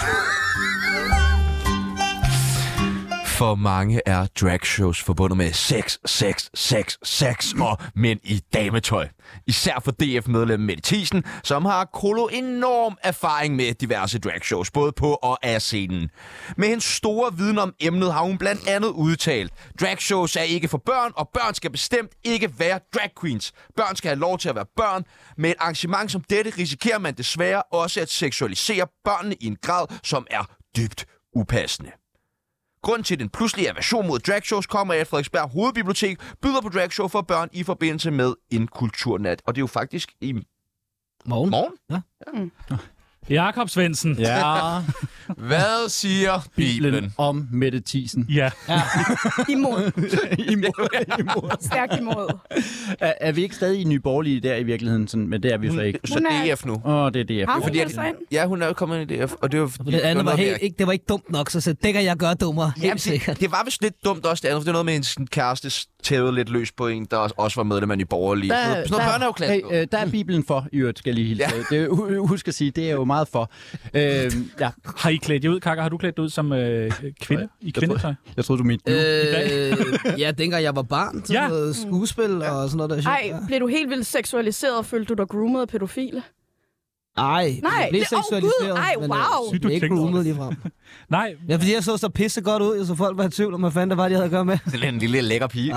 For mange er dragshows forbundet med sex og mænd i dametøj. Især for DF-medlem Mette Thiesen, som har enorm erfaring med diverse dragshows, både på og af scenen. Med hendes store viden om emnet har hun blandt andet udtalt: dragshows er ikke for børn, og børn skal bestemt ikke være drag queens. Børn skal have lov til at være børn. Med et arrangement som dette risikerer man desværre også at seksualisere børnene i en grad, som er dybt upassende. Grunden til den pludselige aversion mod dragshows kommer af, at Frederiksberg Hovedbibliotek byder på dragshow for børn i forbindelse med en kulturnat. Og det er jo faktisk i morgen. Ja. Jakob Svendsen. Ja. Hvad siger Bibelen om Mette Thiesen? Ja. Imod. Imod. Stærkt imod. Er vi ikke stadig i Nye Borgerlige der i virkeligheden? Sådan, men det er vi jo så ikke. Så DF nu. Det er DF. Har hun meldt sig ind? Ja, hun er jo kommet ind i DF. Og det var ikke dumt nok, så det kan jeg gøre dummere. Helt sikkert. Det var vist lidt dumt også det andet, for det er noget med en kæreste tævede lidt løs på en, der også var medlem af Nye Borgerlige. Sådan noget børnehaveklasse. Der er Bibelen for, i øvrigt, skal jeg lige hilse. Ja. Husk at sige, det er jo meget for. Ja. Har I klædt jer ud, Kakker? Har du klædt dig ud som kvinde i kvindetøj? Jeg troede, du mente ja, dengang jeg var barn til noget skuespil og sådan noget der. Ej, blev du helt vildt seksualiseret og følte du dig groomet af pædofile? Nej, jeg blev seksualiseret. Ej, wow. Men ikke groomet lige frem. Nej. Ja, fordi jeg så pisse godt ud, så folk var i tvivl om, hvad fanden det var, de havde at gøre med. Det er en lille lækker pige.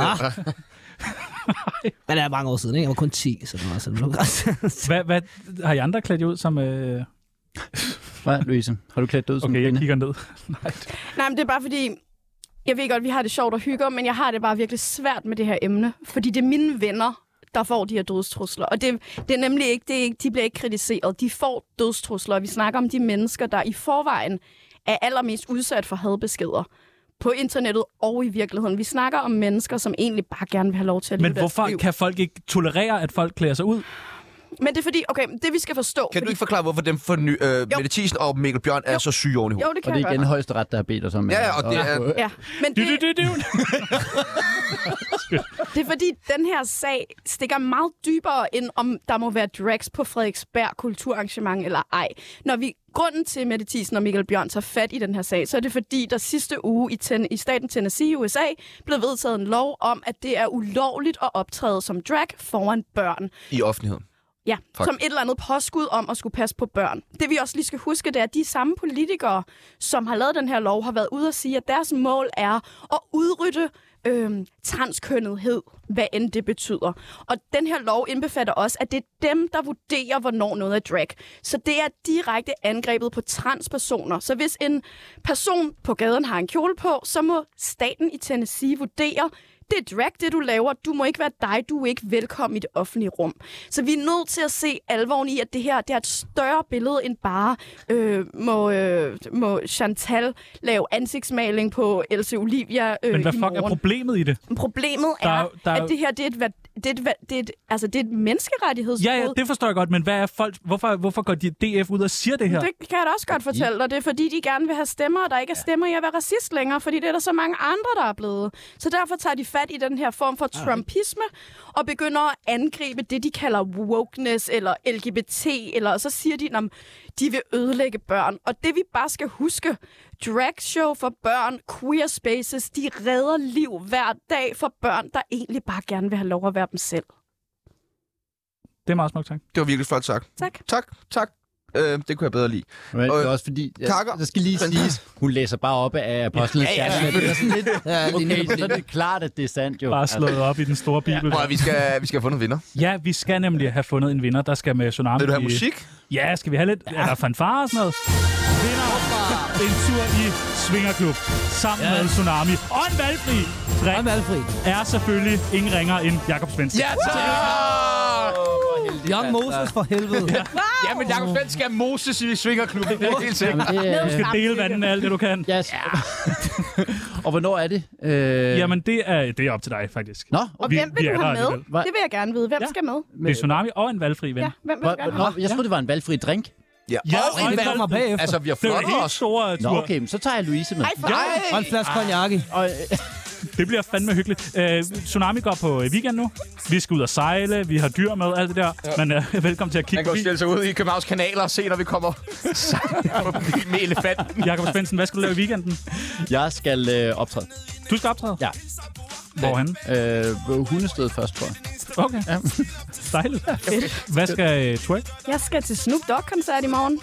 Men det er mange år siden, ikke? Jeg var kun 10, så det var sådan. Hvad har I andre klædt jer ud som... Hvad, Louise? Har du klædt dig ud som kvinde? Okay, jeg kigger ned. Nej, men det er bare fordi... Jeg ved godt, vi har det sjovt og hygger, men jeg har det bare virkelig svært med det her emne. Fordi det er mine venner, der får de her dødstrusler. Og det er nemlig ikke, de bliver ikke kritiseret. De får dødstrusler, og vi snakker om de mennesker, der i forvejen er allermest udsat for hadbeskeder. På internettet og i virkeligheden. Vi snakker om mennesker, som egentlig bare gerne vil have lov til at leve Men hvorfor kan folk ikke tolerere, at folk klæder sig ud? Men det er fordi, okay, det vi skal forstå... Kan du ikke forklare, hvorfor dem for Mette Thiesen og Mikkel Bjørn er så syge oven i hovedet? Jo, det kan og det er jeg igen godt. Højesteret, der har bedt os om. Ja, og det er... Ja, men det er fordi, den her sag stikker meget dybere ind, om der må være drags på Frederiksberg kulturarrangement eller ej. Grunden til, at Mette Thiesen og Mikkel Bjørn tager fat i den her sag, så er det fordi, der sidste uge i staten Tennessee i USA blev vedtaget en lov om, at det er ulovligt at optræde som drag foran børn. I offentligheden. Ja, som et eller andet påskud om at skulle passe på børn. Det vi også lige skal huske, det er, at de samme politikere, som har lavet den her lov, har været ude at sige, at deres mål er at udrydde transkønnethed, hvad end det betyder. Og den her lov indbefatter også, at det er dem, der vurderer, hvornår noget er drag. Så det er direkte angrebet på transpersoner. Så hvis en person på gaden har en kjole på, så må staten i Tennessee vurdere, det er drag, det du laver. Du må ikke være dig. Du er ikke velkommen i det offentlige rum. Så vi er nødt til at se alvoren i, at det her det er et større billede end bare må Chantal lave ansigtsmaling på Else Olivia Men hvad fuck er problemet i det? Problemet er, at det her det er et menneskerettighedsbrud. Ja, det forstår jeg godt, men hvad er folk? Hvorfor går de DF ud og siger det her? Det kan jeg da også godt fortælle dig. Det er fordi, de gerne vil have stemmer, og der ikke er stemmer i at være racist længere, fordi det er der så mange andre, der er blevet. Så derfor tager de fat i den her form for trumpisme, og begynder at angribe det, de kalder wokeness, eller LGBT, eller så siger de, at de vil ødelægge børn. Og det vi bare skal huske, dragshow for børn, queer spaces, de redder liv hver dag for børn, der egentlig bare gerne vil have lov at være dem selv. Det er meget smukt, tak. Det var virkelig flot sagt. Tak. Det kunne jeg bedre lide. Men det er også fordi, der skal lige siges, hun læser bare op af apostlenes gerninger. Det er sådan lidt, okay, så er det klart, at det er sandt jo. Bare slået op i den store bibel. Ja. Vi skal have fundet en vinder. Ja, vi skal nemlig have fundet en vinder, der skal med Tsunami. Vil du have musik? Ja, skal vi have lidt? Er der fanfare og sådan noget? Vinder en tur i Svingerklub sammen med Tsunami. Og en valgfri. Er selvfølgelig ingen ringer end Jakob Svendsen. Ja, tak! Young Moses for helvede. Ja, men Jakob Svendsen skal Moses i Svingerklubben. Det er helt sikkert. Du skal dele vandet med alt det, du kan. Yes. Og hvornår er det? Jamen, det er op til dig, faktisk. Nå, og hvem vil du have med? Det vil jeg gerne vide. Hvem skal med? Det er Tsunami og en valgfri ven. Ja, hvem vil du gerne have? Jeg troede, det var en valgfri drink. Ja, og en kommer bagefter. Altså, vi har Det var flot en helt os. stor tur. Nå, okay, så tager jeg Louise med. Og en flaske cognac. Det bliver fandme hyggeligt. Tsunami går på weekend nu. Vi skal ud og sejle. Vi har dyr med, alt det der. Men velkommen til at kigge Man kan jo stille sig ud i Københavns kanaler og se, når vi kommer med elefanten. Jakob Svendsen, hvad skal du lave i weekenden? Jeg skal optræde. Du skal optræde? Ja. Hvorhenne? Hundested først, tror jeg. Okay. Dejligt. Hvad skal Twerk? Jeg skal til Snoop Dogg-koncert i morgen.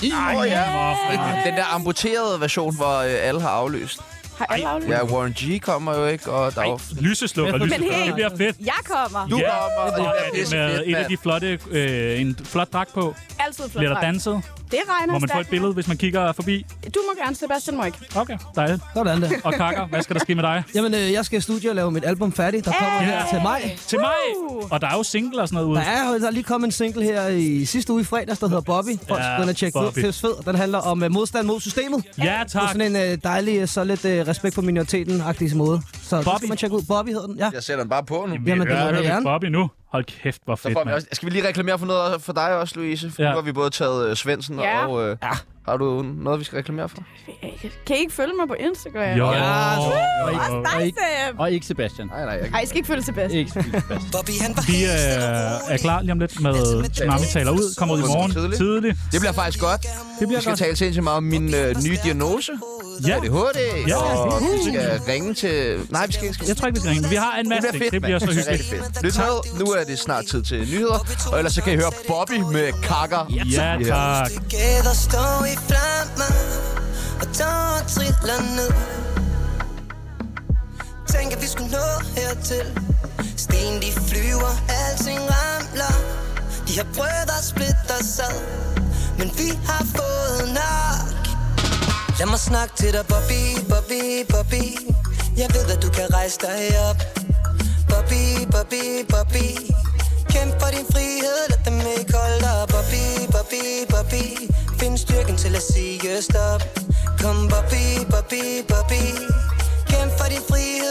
Den der amputerede version, hvor alle har aflyst. Har alle aflyst? Ja, Warren G kommer jo ikke, og der er Lyseslukker. Men hey, Det bliver fedt. jeg kommer. Du kommer. Med en af de flotte, en flot dragt på. Altid flot Bliver der dragt. danset? Det regner Må man få et stærkt. billede, hvis man kigger forbi? Du må gerne, Sebastian må ikke. Okay, dejligt. Sådan der. Og Kaka, hvad skal der ske med dig? Jamen, jeg skal i studiet og lave mit album færdigt. Der kommer her til maj. Til mig! Og der er jo single og sådan noget ude. Der er lige kommet en single her i sidste uge i fredags, der hedder Bobby. Folk skal gå ind og tjekke ud. Fes fed. Den handler om modstand mod systemet. Ja, På tak. sådan en dejlig, så lidt respekt for minoriteten-agtig måde. Så det skal man tjekke ud. Bobby hedder den, ja. Jeg sætter den bare på nu. Jamen, det må du gerne. Bobby nu. Hold kæft, hvor fedt, Så skal vi lige reklamere for noget for dig også, Louise? For nu har vi både taget Svendsen og... Har du noget, vi skal reklamere for? Kan I ikke følge mig på Instagram? Jo. Og ikke Sebastian. Nej, I skal ikke følge Sebastian. Ikke Sebastian. Vi er klar lige om lidt med Tsunami taler ud. Kommer ud i morgen tidligt. Det bliver faktisk godt. Det bliver vi skal godt. tale sindssygt meget om min nye diagnose. Ja. ADHD. Ja. Og vi skal ringe til... Nej, vi skal ikke. Jeg tror ikke, vi skal ringe, men vi har en masse. Det bliver så hyggeligt. Lyt med. Nu er det snart tid til nyheder. Og ellers så kan I høre Bobby med Kakker. Ja, tak. Gæder står i flammer, og tårer triller ned. Tænk, at vi skulle nå hertil. Sten, de flyver, alting ramler. De har prøvet at splitte os ad, men vi har fået nok. Lad mig snakke til dig, Bobby, Bobby, Bobby. Jeg ved, at du kan rejse dig op. Bobby, Bobby, Bobby. Kæmp for din frihed, lad dem ikke holde dig. Bobby, Bobby, Bobby. Find styrken til at sige stop. Kom, Bobby, Bobby, Bobby. Kæmp for din frihed.